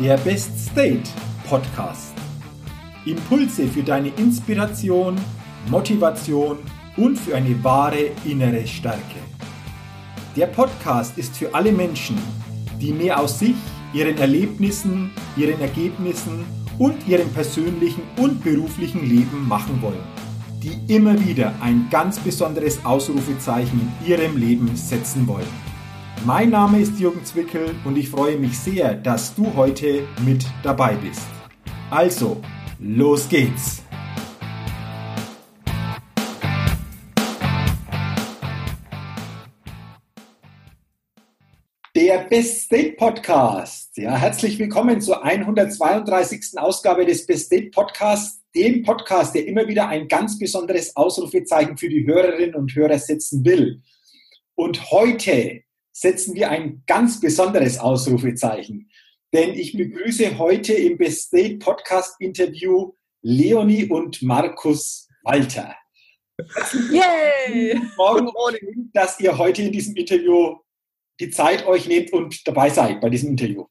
Der Best State Podcast. Impulse für deine Inspiration, Motivation und für eine wahre innere Stärke. Der Podcast ist für alle Menschen, die mehr aus sich, ihren Erlebnissen, ihren Ergebnissen und ihrem persönlichen und beruflichen Leben machen wollen, die immer wieder ein ganz besonderes Ausrufezeichen in ihrem Leben setzen wollen. Mein Name ist Jürgen Zwickel und ich freue mich sehr, dass du heute mit dabei bist. Also, los geht's! Der Best State Podcast. Ja, herzlich willkommen zur 132. Ausgabe des Best State Podcasts, dem Podcast, der immer wieder ein ganz besonderes Ausrufezeichen für die Hörerinnen und Hörer setzen will. Und heute setzen wir ein ganz besonderes Ausrufezeichen, denn ich begrüße heute im Best State Podcast Interview Leonie und Markus Walter. Yay! Morgen, dass ihr heute in diesem Interview die Zeit euch nehmt und dabei seid bei diesem Interview.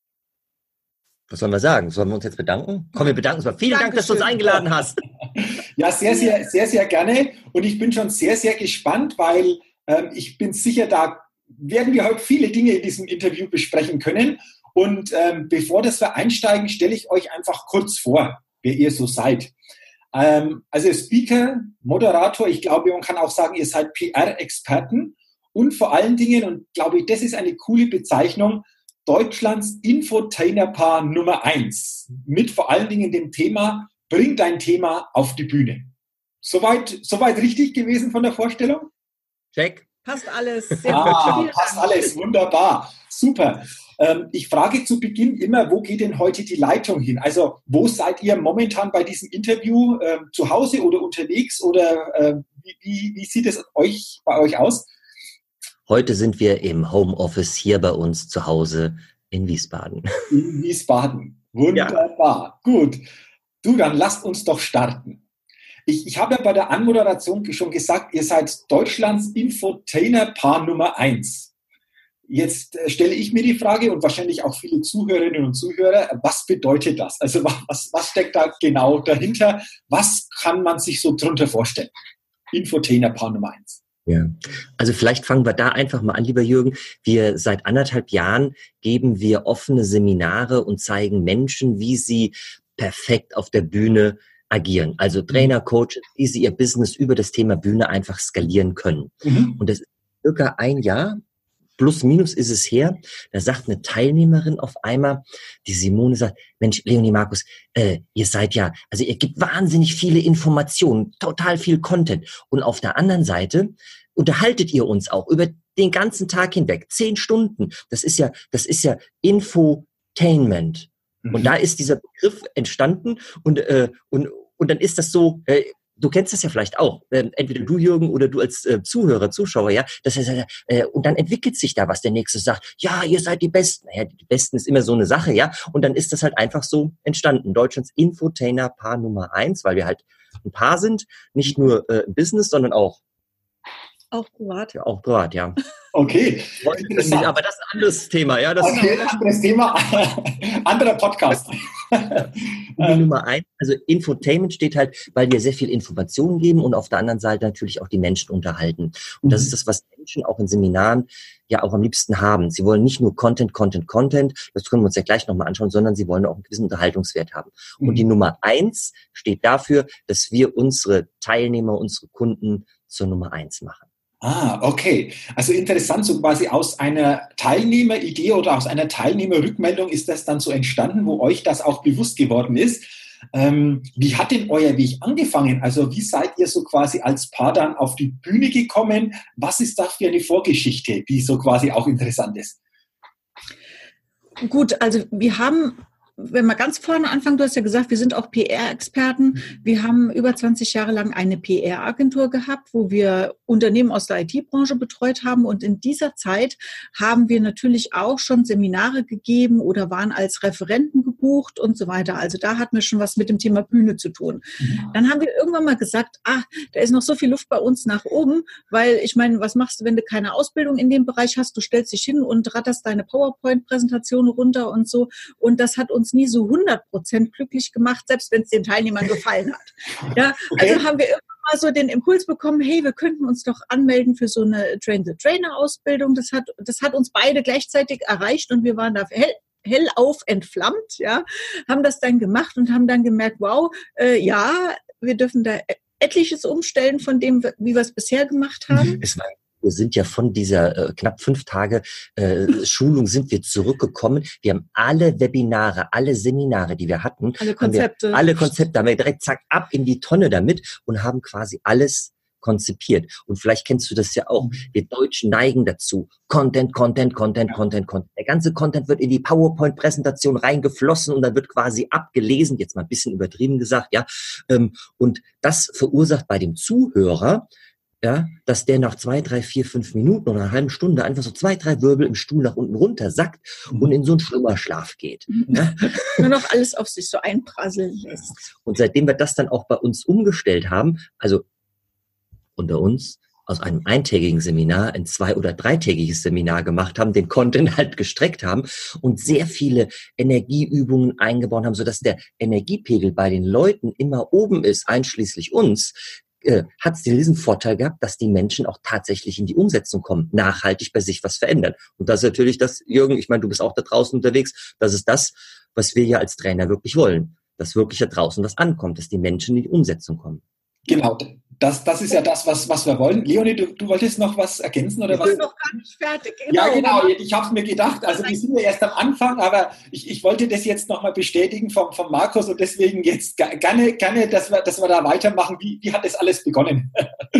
Was sollen wir sagen? Sollen wir uns jetzt bedanken? Komm, wir bedanken uns mal. Vielen Dank, dass du uns eingeladen hast. Ja, sehr gerne. Und ich bin schon sehr, sehr gespannt, weil ich bin sicher, da werden wir heute viele Dinge in diesem Interview besprechen können. Und bevor wir einsteigen, stelle ich euch einfach kurz vor, wer ihr so seid. Also Speaker, Moderator, ich glaube, man kann auch sagen, ihr seid PR-Experten und vor allen Dingen, und glaube ich, das ist eine coole Bezeichnung, Deutschlands Infotainer-Paar Nummer 1 mit vor allen Dingen dem Thema, bring dein Thema auf die Bühne. Soweit richtig gewesen von der Vorstellung? Check. Passt alles. Sehr gut. Passt alles. Wunderbar. Super. Ich frage zu Beginn immer, wo geht denn heute die Leitung hin? Also, wo seid ihr momentan bei diesem Interview? Zu Hause oder unterwegs? Oder wie sieht es bei euch aus? Heute sind wir im Homeoffice hier bei uns zu Hause in Wiesbaden. In Wiesbaden. Wunderbar. Ja. Gut. Du, dann lasst uns doch starten. Ich habe ja bei der Anmoderation schon gesagt, ihr seid Deutschlands Infotainer-Paar Nummer 1. Jetzt stelle ich mir die Frage und wahrscheinlich auch viele Zuhörerinnen und Zuhörer, was bedeutet das? Also was steckt da genau dahinter? Was kann man sich so drunter vorstellen? Infotainer-Paar Nummer 1. Ja, also vielleicht fangen wir da einfach mal an, lieber Jürgen. Wir seit 1,5 Jahren geben wir offene Seminare und zeigen Menschen, wie sie perfekt auf der Bühne agieren. Also Trainer, Coaches, wie sie ihr Business über das Thema Bühne einfach skalieren können. Und das ist circa 1 Jahr, plus minus ist es her, da sagt eine Teilnehmerin auf einmal, die Simone sagt, Mensch, Leonie, Markus, ihr seid ja, also ihr gebt wahnsinnig viele Informationen, total viel Content. Und auf der anderen Seite unterhaltet ihr uns auch über den ganzen Tag hinweg, 10 Stunden. Das ist ja Infotainment. Und da ist dieser Begriff entstanden und dann ist das so, du kennst das ja vielleicht auch, entweder du, Jürgen, oder du als Zuhörer, Zuschauer, ja, das heißt, und dann entwickelt sich da was, der Nächste sagt, ja, ihr seid die Besten. Naja, die Besten ist immer so eine Sache, ja, und dann ist das halt einfach so entstanden. Deutschlands Infotainer-Paar Nummer 1, weil wir halt ein Paar sind, nicht nur im Business, sondern auch privat. Ja, auch privat, ja. Okay. Aber das ist ein anderes Thema, ja. Anderes Thema, anderer Podcast. Und die Nummer 1, also Infotainment steht halt, weil wir sehr viel Informationen geben und auf der anderen Seite natürlich auch die Menschen unterhalten. Und das ist das, was Menschen auch in Seminaren ja auch am liebsten haben. Sie wollen nicht nur Content, das können wir uns ja gleich nochmal anschauen, sondern sie wollen auch einen gewissen Unterhaltungswert haben. Und die Nummer 1 steht dafür, dass wir unsere Teilnehmer, unsere Kunden zur Nummer 1 machen. Okay. Also interessant, so quasi aus einer Teilnehmeridee oder aus einer Teilnehmerrückmeldung ist das dann so entstanden, wo euch das auch bewusst geworden ist. Wie hat denn euer Weg angefangen? Also wie seid ihr so quasi als Paar dann auf die Bühne gekommen? Was ist da für eine Vorgeschichte, die so quasi auch interessant ist? Gut, also wir haben wenn wir ganz vorne anfangen, du hast ja gesagt, wir sind auch PR-Experten. Wir haben über 20 Jahre lang eine PR-Agentur gehabt, wo wir Unternehmen aus der IT-Branche betreut haben. Und in dieser Zeit haben wir natürlich auch schon Seminare gegeben oder waren als Referenten gebucht und so weiter. Also da hatten wir schon was mit dem Thema Bühne zu tun. Dann haben wir irgendwann mal gesagt, da ist noch so viel Luft bei uns nach oben, weil ich meine, was machst du, wenn du keine Ausbildung in dem Bereich hast? Du stellst dich hin und ratterst deine PowerPoint-Präsentation runter und so. Und das hat uns nie so 100% glücklich gemacht, selbst wenn es den Teilnehmern gefallen hat. Ja, also haben wir irgendwann mal so den Impuls bekommen, hey, wir könnten uns doch anmelden für so eine Train-the-Trainer-Ausbildung. Das hat uns beide gleichzeitig erreicht und wir waren da hellauf entflammt, ja, haben das dann gemacht und haben dann gemerkt, wow, wir dürfen da etliches umstellen von dem, wie wir es bisher gemacht haben. Wir sind ja von dieser knapp 5 Tage Schulung sind wir zurückgekommen. Wir haben alle Webinare, alle Seminare, die wir hatten, alle Konzepte haben wir direkt zack ab in die Tonne damit und haben quasi alles konzipiert. Und vielleicht kennst du das ja auch. Wir Deutschen neigen dazu. Content. Der ganze Content wird in die PowerPoint-Präsentation reingeflossen und dann wird quasi abgelesen, jetzt mal ein bisschen übertrieben gesagt, ja. Und das verursacht bei dem Zuhörer, ja, dass der nach 2, 3, 4, 5 Minuten oder einer halben Stunde einfach so 2, 3 Wirbel im Stuhl nach unten runter sackt und in so einen Schlummerschlaf geht. Ja? Nur noch alles auf sich so einprasseln lässt. Und seitdem wir das dann auch bei uns umgestellt haben, also unter uns aus einem eintägigen Seminar ein 2- oder 3-tägiges Seminar gemacht haben, den Content halt gestreckt haben und sehr viele Energieübungen eingebaut haben, sodass der Energiepegel bei den Leuten immer oben ist, einschließlich uns, hat es diesen Vorteil gehabt, dass die Menschen auch tatsächlich in die Umsetzung kommen, nachhaltig bei sich was verändern. Und das ist natürlich das, Jürgen, ich meine, du bist auch da draußen unterwegs, das ist das, was wir ja als Trainer wirklich wollen, dass wirklich da draußen was ankommt, dass die Menschen in die Umsetzung kommen. Genau, das ist ja das, was wir wollen. Leonie, du wolltest noch was ergänzen? Oder ich bin noch gar nicht fertig. Genau. Ja, genau, ich habe es mir gedacht. Also wir sind ja erst am Anfang, aber ich wollte das jetzt nochmal bestätigen vom Markus und deswegen jetzt gerne, dass wir da weitermachen. Wie hat das alles begonnen?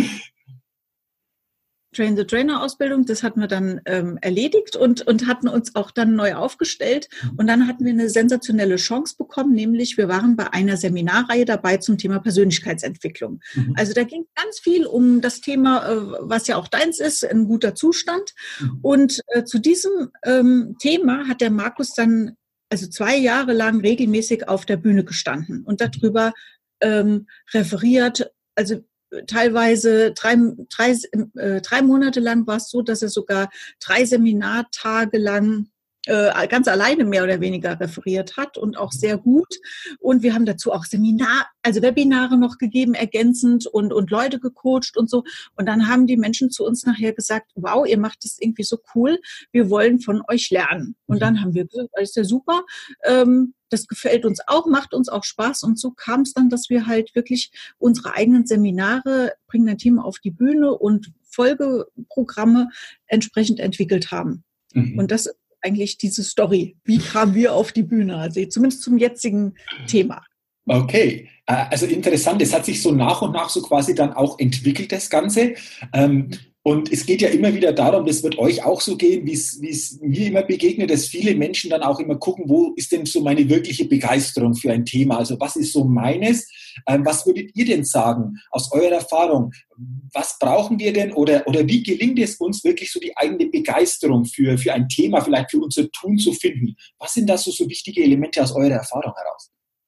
Train-the-Trainer-Ausbildung, das hatten wir dann erledigt und hatten uns auch dann neu aufgestellt. Und dann hatten wir eine sensationelle Chance bekommen, nämlich wir waren bei einer Seminarreihe dabei zum Thema Persönlichkeitsentwicklung. Also da ging ganz viel um das Thema, was ja auch deins ist, ein guter Zustand. Und zu diesem Thema hat der Markus dann 2 Jahre lang regelmäßig auf der Bühne gestanden und darüber referiert, also teilweise 3 Monate lang war es so, dass er sogar 3 Seminartage lang ganz alleine mehr oder weniger referiert hat und auch sehr gut. Und wir haben dazu auch Webinare noch gegeben, ergänzend und Leute gecoacht und so. Und dann haben die Menschen zu uns nachher gesagt, wow, ihr macht das irgendwie so cool, wir wollen von euch lernen. Und dann haben wir gesagt, das ist ja super, das gefällt uns auch, macht uns auch Spaß. Und so kam es dann, dass wir halt wirklich unsere eigenen Seminare, bringen ein Team auf die Bühne und Folgeprogramme entsprechend entwickelt haben. Und das eigentlich diese Story. Wie kamen wir auf die Bühne? Also zumindest zum jetzigen Thema. Okay, also interessant. Es hat sich so nach und nach so quasi dann auch entwickelt, das Ganze. Und es geht ja immer wieder darum, das wird euch auch so gehen, wie es mir immer begegnet, dass viele Menschen dann auch immer gucken, wo ist denn so meine wirkliche Begeisterung für ein Thema? Also was ist so meines? Was würdet ihr denn sagen aus eurer Erfahrung? Was brauchen wir denn oder wie gelingt es uns wirklich so die eigene Begeisterung für ein Thema, vielleicht für unser Tun zu finden? Was sind da so wichtige Elemente aus eurer Erfahrung heraus?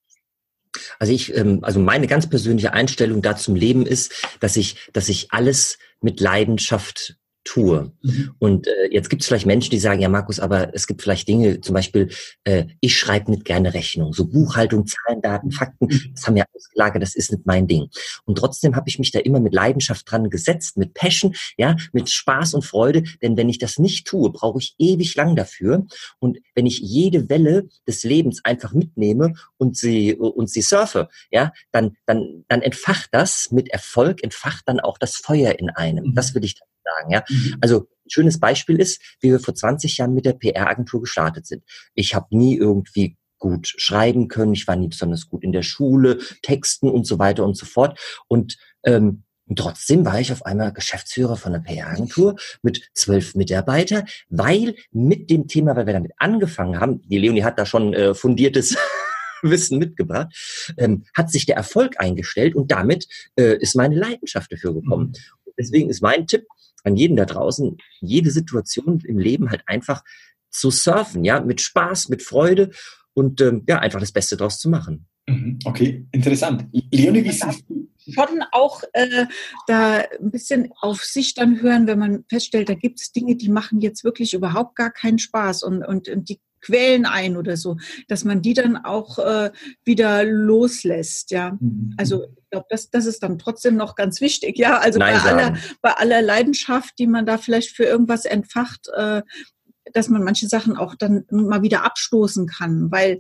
Also meine ganz persönliche Einstellung da zum Leben ist, dass ich alles mit Leidenschaft tue. Und jetzt gibt es vielleicht Menschen, die sagen, ja Markus, aber es gibt vielleicht Dinge, zum Beispiel, ich schreibe nicht gerne Rechnung. So Buchhaltung, Zahlen, Daten, Fakten, das haben wir ausgelagert, das ist nicht mein Ding. Und trotzdem habe ich mich da immer mit Leidenschaft dran gesetzt, mit Passion, ja, mit Spaß und Freude, denn wenn ich das nicht tue, brauche ich ewig lang dafür. Und wenn ich jede Welle des Lebens einfach mitnehme und sie surfe, ja, dann entfacht das mit Erfolg, entfacht dann auch das Feuer in einem. Das will ich sagen, ja. Also ein schönes Beispiel ist, wie wir vor 20 Jahren mit der PR-Agentur gestartet sind. Ich habe nie irgendwie gut schreiben können, ich war nie besonders gut in der Schule, Texten und so weiter und so fort. Und Und trotzdem war ich auf einmal Geschäftsführer von einer PR-Agentur mit 12 Mitarbeitern, weil mit dem Thema, weil wir damit angefangen haben, die Leonie hat da schon fundiertes Wissen mitgebracht, hat sich der Erfolg eingestellt und damit ist meine Leidenschaft dafür gekommen. Und deswegen ist mein Tipp an jeden da draußen, jede Situation im Leben halt einfach zu surfen, ja, mit Spaß, mit Freude und einfach das Beste draus zu machen. Okay, interessant. Leonie, wie siehst du? Schon auch da ein bisschen auf sich dann hören, wenn man feststellt, da gibt es Dinge, die machen jetzt wirklich überhaupt gar keinen Spaß und die quälen ein oder so, dass man die dann auch wieder loslässt, ja. Also ich glaube, das ist dann trotzdem noch ganz wichtig, ja. Also bei aller Leidenschaft, die man da vielleicht für irgendwas entfacht, dass man manche Sachen auch dann mal wieder abstoßen kann, weil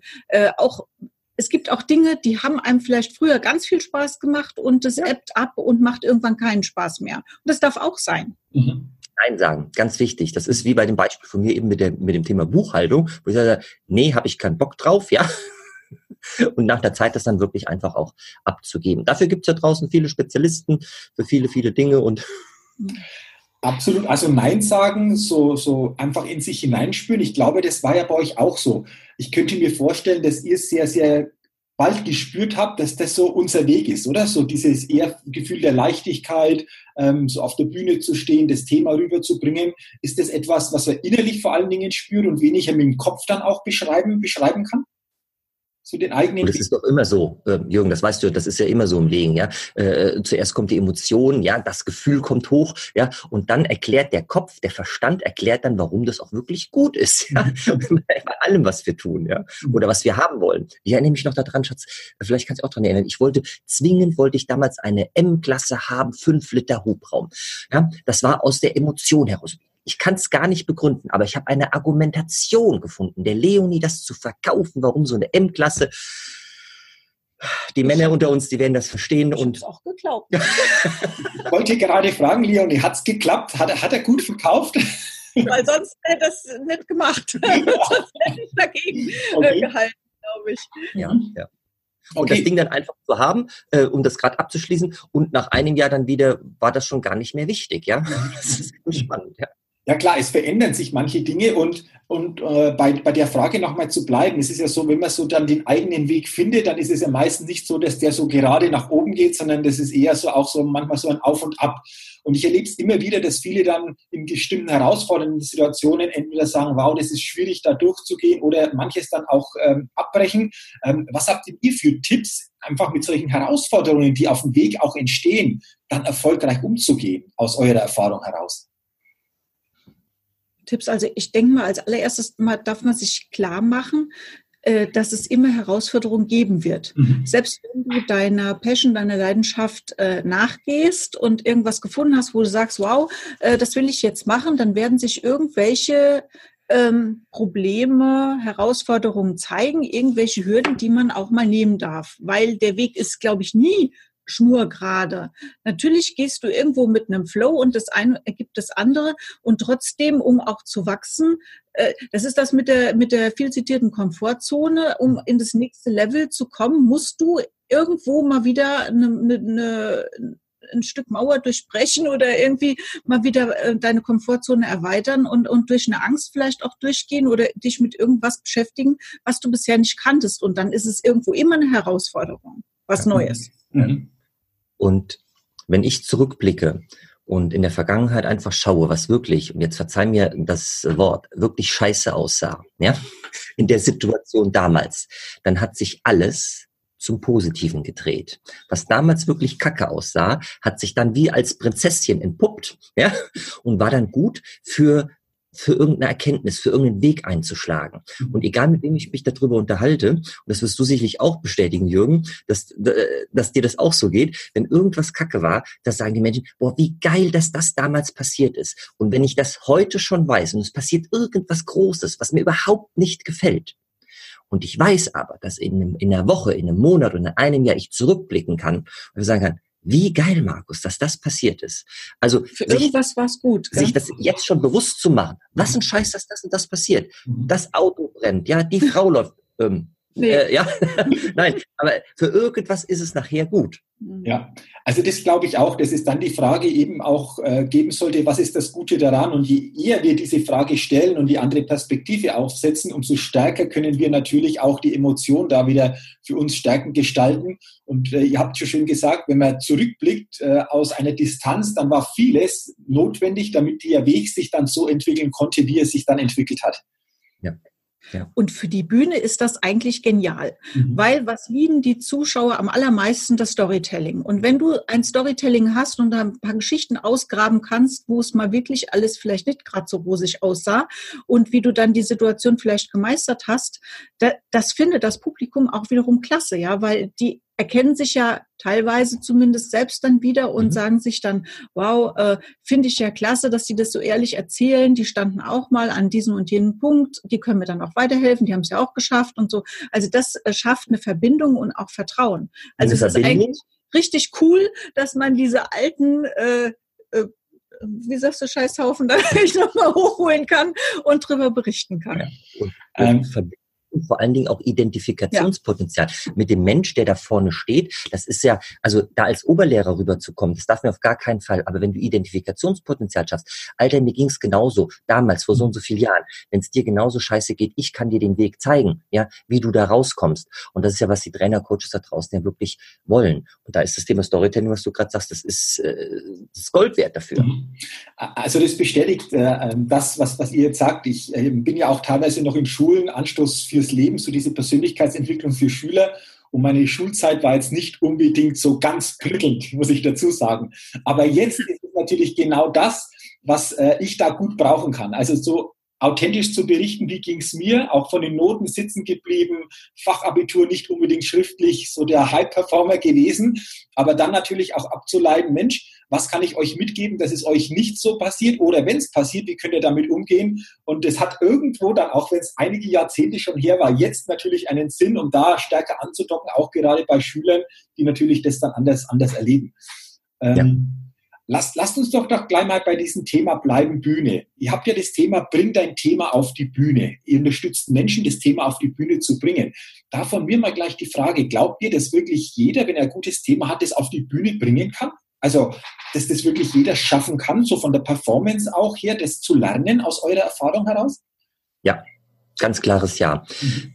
es gibt auch Dinge, die haben einem vielleicht früher ganz viel Spaß gemacht und das ebbt ab und macht irgendwann keinen Spaß mehr. Und das darf auch sein. Nein sagen, ganz wichtig. Das ist wie bei dem Beispiel von mir eben mit dem Thema Buchhaltung, wo ich sage, nee, habe ich keinen Bock drauf, ja. Und nach der Zeit das dann wirklich einfach auch abzugeben. Dafür gibt es ja draußen viele Spezialisten für viele, viele Dinge und Absolut, also Nein sagen, so einfach in sich hineinspüren. Ich glaube, das war ja bei euch auch so. Ich könnte mir vorstellen, dass ihr sehr, sehr bald gespürt habt, dass das so unser Weg ist, oder? So dieses eher Gefühl der Leichtigkeit, so auf der Bühne zu stehen, das Thema rüberzubringen. Ist das etwas, was man innerlich vor allen Dingen spürt und weniger mit dem Kopf dann auch beschreiben kann? So den eigenen. Und das ist doch immer so, Jürgen, das weißt du, das ist ja immer so im Leben, ja. Zuerst kommt die Emotion, ja, das Gefühl kommt hoch, ja, und dann erklärt der Kopf, der Verstand erklärt dann, warum das auch wirklich gut ist, ja, bei allem, was wir tun, ja, oder was wir haben wollen. Ich erinnere mich noch daran, Schatz, vielleicht kannst du auch daran erinnern, zwingend wollte ich damals eine M-Klasse haben, 5 Liter Hubraum, ja, das war aus der Emotion heraus. Ich kann es gar nicht begründen, aber ich habe eine Argumentation gefunden, der Leonie das zu verkaufen, warum so eine M-Klasse. Die Männer unter uns, die werden das verstehen. Und auch geglaubt. Ich wollte gerade fragen, Leonie, hat es geklappt? Hat er gut verkauft? Weil sonst hätte er das nicht gemacht. Sonst hätte ich dagegen gehalten, glaube ich. Ja. Und das Ding dann einfach zu haben, um das gerade abzuschließen, und nach einem Jahr dann wieder war das schon gar nicht mehr wichtig, ja. Das ist spannend, ja. Ja klar, es verändern sich manche Dinge und bei der Frage nochmal zu bleiben, es ist ja so, wenn man so dann den eigenen Weg findet, dann ist es ja meistens nicht so, dass der so gerade nach oben geht, sondern das ist eher so auch so manchmal so ein Auf und Ab. Und ich erlebe es immer wieder, dass viele dann in bestimmten herausfordernden Situationen entweder sagen, wow, das ist schwierig, da durchzugehen, oder manches dann auch abbrechen. Was habt ihr für Tipps, einfach mit solchen Herausforderungen, die auf dem Weg auch entstehen, dann erfolgreich umzugehen, aus eurer Erfahrung heraus? Tipps, also ich denke mal, als allererstes mal darf man sich klar machen, dass es immer Herausforderungen geben wird. Selbst wenn du deiner Passion, deiner Leidenschaft nachgehst und irgendwas gefunden hast, wo du sagst, wow, das will ich jetzt machen, dann werden sich irgendwelche Probleme, Herausforderungen zeigen, irgendwelche Hürden, die man auch mal nehmen darf. Weil der Weg ist, glaube ich, nie schnurgerade. Natürlich gehst du irgendwo mit einem Flow und das eine ergibt das andere, und trotzdem, um auch zu wachsen, das ist das mit der viel zitierten Komfortzone, um in das nächste Level zu kommen, musst du irgendwo mal wieder ein Stück Mauer durchbrechen oder irgendwie mal wieder deine Komfortzone erweitern und durch eine Angst vielleicht auch durchgehen oder dich mit irgendwas beschäftigen, was du bisher nicht kanntest. Und dann ist es irgendwo immer eine Herausforderung, was Neues. Und wenn ich zurückblicke und in der Vergangenheit einfach schaue, was wirklich, und jetzt verzeih mir das Wort, wirklich scheiße aussah, ja, in der Situation damals, dann hat sich alles zum Positiven gedreht. Was damals wirklich kacke aussah, hat sich dann wie als Prinzesschen entpuppt, ja, und war dann gut für irgendeine Erkenntnis, für irgendeinen Weg einzuschlagen. Und egal, mit wem ich mich darüber unterhalte, und das wirst du sicherlich auch bestätigen, Jürgen, dass dir das auch so geht, wenn irgendwas kacke war, da sagen die Menschen, boah, wie geil, dass das damals passiert ist. Und wenn ich das heute schon weiß und es passiert irgendwas Großes, was mir überhaupt nicht gefällt, und ich weiß aber, dass in einer Woche, in einem Monat oder in einem Jahr ich zurückblicken kann und sagen kann, wie geil, Markus, dass das passiert ist. Also für irgendwas war es gut. Sich das jetzt schon bewusst zu machen. Was ein Scheiß, dass das und das passiert. Das Auto brennt, ja, die Frau läuft Nee. Ja, nein, aber für irgendwas ist es nachher gut. Ja, also das glaube ich auch, dass es dann die Frage eben auch geben sollte, was ist das Gute daran? Und je eher wir diese Frage stellen und die andere Perspektive aufsetzen, umso stärker können wir natürlich auch die Emotion da wieder für uns stärkend gestalten. Und ihr habt schon schön gesagt, wenn man zurückblickt aus einer Distanz, dann war vieles notwendig, damit der Weg sich dann so entwickeln konnte, wie er sich dann entwickelt hat. Ja. Ja. Und für die Bühne ist das eigentlich genial, weil was lieben die Zuschauer am allermeisten? Das Storytelling. Und wenn du ein Storytelling hast und da ein paar Geschichten ausgraben kannst, wo es mal wirklich alles vielleicht nicht gerade so rosig aussah und wie du dann die Situation vielleicht gemeistert hast, das findet das Publikum auch wiederum klasse, ja, weil die erkennen sich ja teilweise zumindest selbst dann wieder und sagen sich dann, wow, finde ich ja klasse, dass die das so ehrlich erzählen. Die standen auch mal an diesem und jenem Punkt. Die können mir dann auch weiterhelfen. Die haben es ja auch geschafft und so. Also das schafft eine Verbindung und auch Vertrauen. Also es ist eigentlich richtig cool, dass man diese alten wie sagst du, Scheißhaufen, da ich nochmal hochholen kann und drüber berichten kann. Ja. Und vor allen Dingen auch Identifikationspotenzial mit dem Mensch, der da vorne steht. Das ist ja, also da als Oberlehrer rüberzukommen, das darf mir auf gar keinen Fall. Aber wenn du Identifikationspotenzial schaffst, Alter, mir ging's genauso damals, vor so und so vielen Jahren. Wenn es dir genauso scheiße geht, ich kann dir den Weg zeigen, ja, wie du da rauskommst. Und das ist ja, was die Trainer, Coaches da draußen ja wirklich wollen. Und da ist das Thema Storytelling, was du gerade sagst, das ist Gold wert dafür. Also das bestätigt das, was ihr jetzt sagt. Ich bin ja auch teilweise noch in Schulen, Anstoß fürs Leben, so diese Persönlichkeitsentwicklung für Schüler. Und meine Schulzeit war jetzt nicht unbedingt so ganz prickelnd, muss ich dazu sagen. Aber jetzt ist es natürlich genau das, was ich da gut brauchen kann. Also so authentisch zu berichten, wie ging es mir, auch von den Noten sitzen geblieben, Fachabitur nicht unbedingt schriftlich so der High-Performer gewesen, aber dann natürlich auch abzuleiten, Mensch, was kann ich euch mitgeben, dass es euch nicht so passiert oder wenn es passiert, wie könnt ihr damit umgehen? Und es hat irgendwo dann, auch wenn es einige Jahrzehnte schon her war, jetzt natürlich einen Sinn, um da stärker anzudocken, auch gerade bei Schülern, die natürlich das dann anders erleben. Lasst uns doch gleich mal bei diesem Thema bleiben, Bühne. Ihr habt ja das Thema, bring dein Thema auf die Bühne. Ihr unterstützt Menschen, das Thema auf die Bühne zu bringen. Da von mir mal gleich die Frage, glaubt ihr, dass wirklich jeder, wenn er ein gutes Thema hat, das auf die Bühne bringen kann? Also, dass das wirklich jeder schaffen kann, so von der Performance auch her, das zu lernen aus eurer Erfahrung heraus? Ja, ganz klares Ja.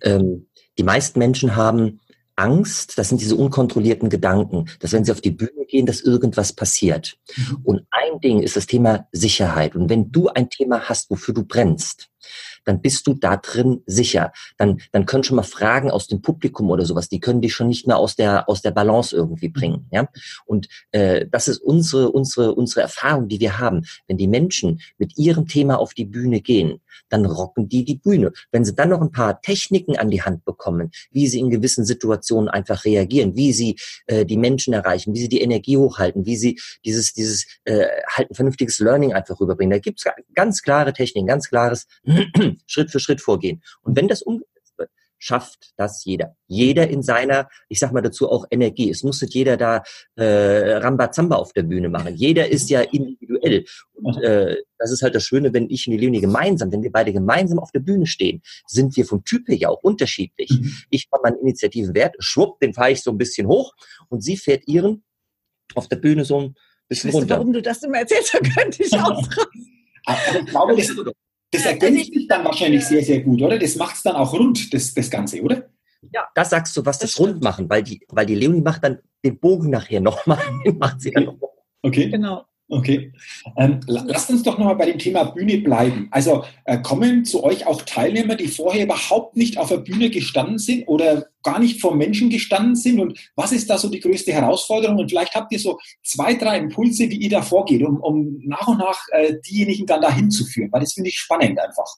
Die meisten Menschen haben Angst, das sind diese unkontrollierten Gedanken, dass wenn sie auf die Bühne gehen, dass irgendwas passiert. Und ein Ding ist das Thema Sicherheit. Und wenn du ein Thema hast, wofür du brennst, dann bist du da drin sicher. Dann können schon mal Fragen aus dem Publikum oder sowas, die können dich schon nicht mehr aus der Balance irgendwie bringen. Ja? Und das ist unsere Erfahrung, die wir haben. Wenn die Menschen mit ihrem Thema auf die Bühne gehen, dann rocken die Bühne. Wenn sie dann noch ein paar Techniken an die Hand bekommen, wie sie in gewissen Situationen einfach reagieren, wie sie die Menschen erreichen, wie sie die Energie hochhalten, wie sie dieses halt ein vernünftiges Learning einfach rüberbringen. Da gibt's ganz klare Techniken, ganz klares Schritt für Schritt vorgehen. Und wenn das umgesetzt wird, schafft das jeder. Jeder in seiner, ich sag mal dazu auch Energie. Es muss nicht jeder da Rambazamba auf der Bühne machen. Jeder ist ja individuell. Und das ist halt das Schöne, wenn ich und die Leonie wenn wir beide gemeinsam auf der Bühne stehen, sind wir vom Typ her ja auch unterschiedlich. Ich fahre meinen Initiativenwert, schwupp, den fahre ich so ein bisschen hoch und sie fährt ihren auf der Bühne so ein bisschen runter. Warum du das immer erzählst, da könnte ich ausrasten. Aber ich glaube, das ergänzt sich dann wahrscheinlich sehr, sehr gut, oder? Das macht es dann auch rund, das Ganze, oder? Ja, das sagst du, was das rund machen, weil die Leonie macht dann den Bogen nachher nochmal, den macht sie dann noch. Okay. Genau. Okay. Lasst uns doch nochmal bei dem Thema Bühne bleiben. Also kommen zu euch auch Teilnehmer, die vorher überhaupt nicht auf der Bühne gestanden sind oder gar nicht vor Menschen gestanden sind? Und was ist da so die größte Herausforderung? Und vielleicht habt ihr so 2, 3 Impulse, wie ihr da vorgeht, um nach und nach diejenigen dann dahin zu führen. Weil das finde ich spannend einfach.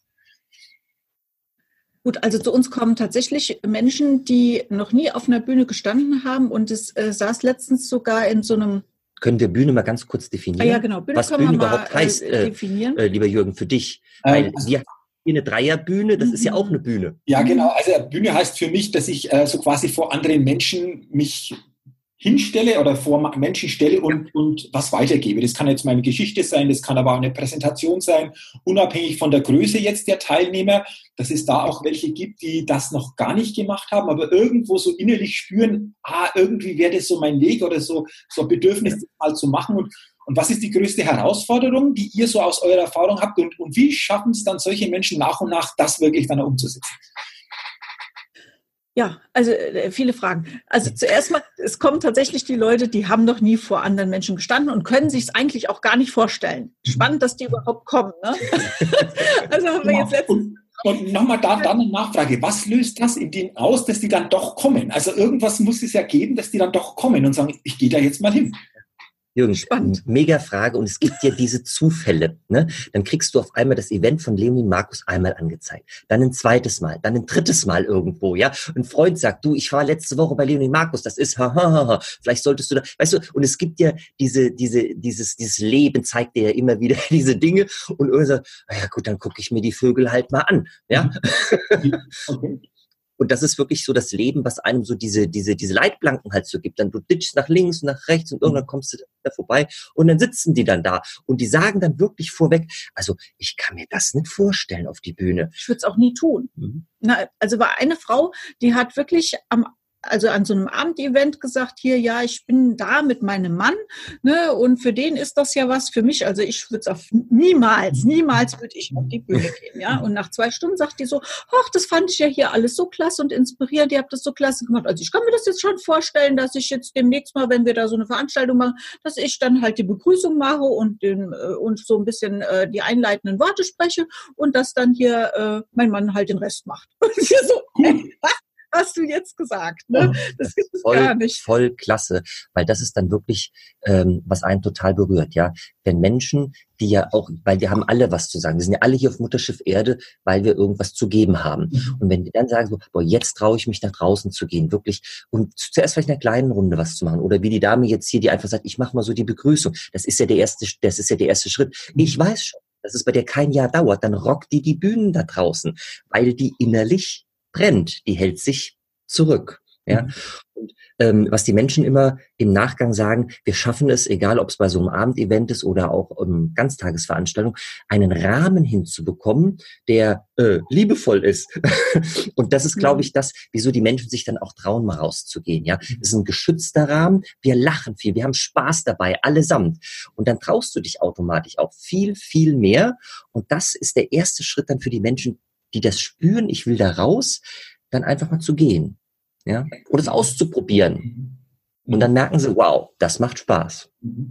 Gut, also zu uns kommen tatsächlich Menschen, die noch nie auf einer Bühne gestanden haben. Und es saß letztens sogar in so einem... Können wir Bühne mal ganz kurz definieren? Ja, genau. Was Bühne überhaupt heißt, lieber Jürgen, für dich. Weil wir haben hier eine Dreierbühne, das ist ja auch eine Bühne. Ja, genau. Also Bühne heißt für mich, dass ich so quasi vor anderen Menschen mich hinstelle oder vor Menschen stelle und was weitergebe. Das kann jetzt meine Geschichte sein, das kann aber auch eine Präsentation sein, unabhängig von der Größe jetzt der Teilnehmer, dass es da auch welche gibt, die das noch gar nicht gemacht haben, aber irgendwo so innerlich spüren, irgendwie wäre das so mein Weg oder so ein Bedürfnis, das mal zu machen. Und was ist die größte Herausforderung, die ihr so aus eurer Erfahrung habt und wie schaffen es dann solche Menschen nach und nach, das wirklich dann umzusetzen? Ja, also viele Fragen. Also zuerst mal, es kommen tatsächlich die Leute, die haben noch nie vor anderen Menschen gestanden und können sich es eigentlich auch gar nicht vorstellen. Spannend, dass die überhaupt kommen. Ne? Also haben wir jetzt letztens... Und nochmal dann eine Nachfrage. Was löst das in denen aus, dass die dann doch kommen? Also irgendwas muss es ja geben, dass die dann doch kommen und sagen, ich gehe da jetzt mal hin. Jürgen, spannend. Mega Frage. Und es gibt ja diese Zufälle. Ne? Dann kriegst du auf einmal das Event von Leonie Markus einmal angezeigt. Dann ein zweites Mal, dann ein drittes Mal irgendwo. Ja, ein Freund sagt, du, ich war letzte Woche bei Leonie Markus. Das ist, vielleicht solltest du da, weißt du. Und es gibt ja dieses Leben zeigt dir ja immer wieder diese Dinge. Und irgendwann sagt, ja gut, dann gucke ich mir die Vögel halt mal an. Ja. Okay. Und das ist wirklich so das Leben, was einem so diese Leitplanken halt so gibt. Dann du ditchst nach links und nach rechts und irgendwann kommst du da vorbei und dann sitzen die dann da und die sagen dann wirklich vorweg, also ich kann mir das nicht vorstellen auf die Bühne. Ich würde es auch nie tun. Na, also war eine Frau, die hat wirklich an so einem Abendevent gesagt, hier, ja, ich bin da mit meinem Mann, ne, und für den ist das ja was, für mich, also ich würde es niemals würde ich auf die Bühne gehen, ja, und nach 2 Stunden sagt die so, ach, das fand ich ja hier alles so klasse und inspirierend, ihr habt das so klasse gemacht, also ich kann mir das jetzt schon vorstellen, dass ich jetzt demnächst mal, wenn wir da so eine Veranstaltung machen, dass ich dann halt die Begrüßung mache und so ein bisschen die einleitenden Worte spreche und dass dann hier mein Mann halt den Rest macht. Und ich so, was hast du jetzt gesagt? Ne? Das gibt es gar nicht. Voll klasse, weil das ist dann wirklich, was einen total berührt. Ja, wenn Menschen, die ja auch, weil wir haben alle was zu sagen, wir sind ja alle hier auf Mutterschiff Erde, weil wir irgendwas zu geben haben. Und wenn die dann sagen so, boah, jetzt traue ich mich nach draußen zu gehen, wirklich, und zuerst vielleicht in einer kleinen Runde was zu machen, oder wie die Dame jetzt hier, die einfach sagt, ich mache mal so die Begrüßung. Das ist ja der erste Schritt. Ich weiß schon, dass es bei der kein Jahr dauert, dann rockt die Bühnen da draußen, weil die innerlich brennt, die hält sich zurück. Ja? Und was die Menschen immer im Nachgang sagen, wir schaffen es, egal ob es bei so einem Abendevent ist oder auch Ganztagesveranstaltung, einen Rahmen hinzubekommen, der liebevoll ist. Und das ist, glaube ich, das, wieso die Menschen sich dann auch trauen, mal rauszugehen. Ja, es ist ein geschützter Rahmen, wir lachen viel, wir haben Spaß dabei, allesamt. Und dann traust du dich automatisch auch viel, viel mehr. Und das ist der erste Schritt dann für die Menschen, die das spüren, ich will da raus, dann einfach mal zu gehen, ja, oder es auszuprobieren. Und dann merken sie, wow, das macht Spaß.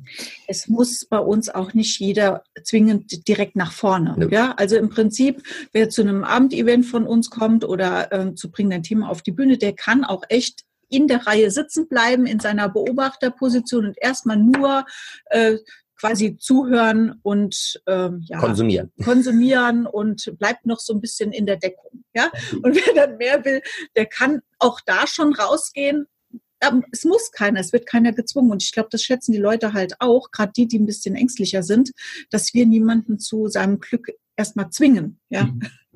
Es muss bei uns auch nicht jeder zwingend direkt nach vorne. Nö. Ja, also im Prinzip, wer zu einem Abendevent von uns kommt oder zu Bring dein Thema auf die Bühne, der kann auch echt in der Reihe sitzen bleiben, in seiner Beobachterposition und erstmal nur quasi zuhören und konsumieren und bleibt noch so ein bisschen in der Deckung. Ja? Und wer dann mehr will, der kann auch da schon rausgehen. Es muss keiner, es wird keiner gezwungen. Und ich glaube, das schätzen die Leute halt auch, gerade die ein bisschen ängstlicher sind, dass wir niemanden zu seinem Glück erstmal zwingen. Ja?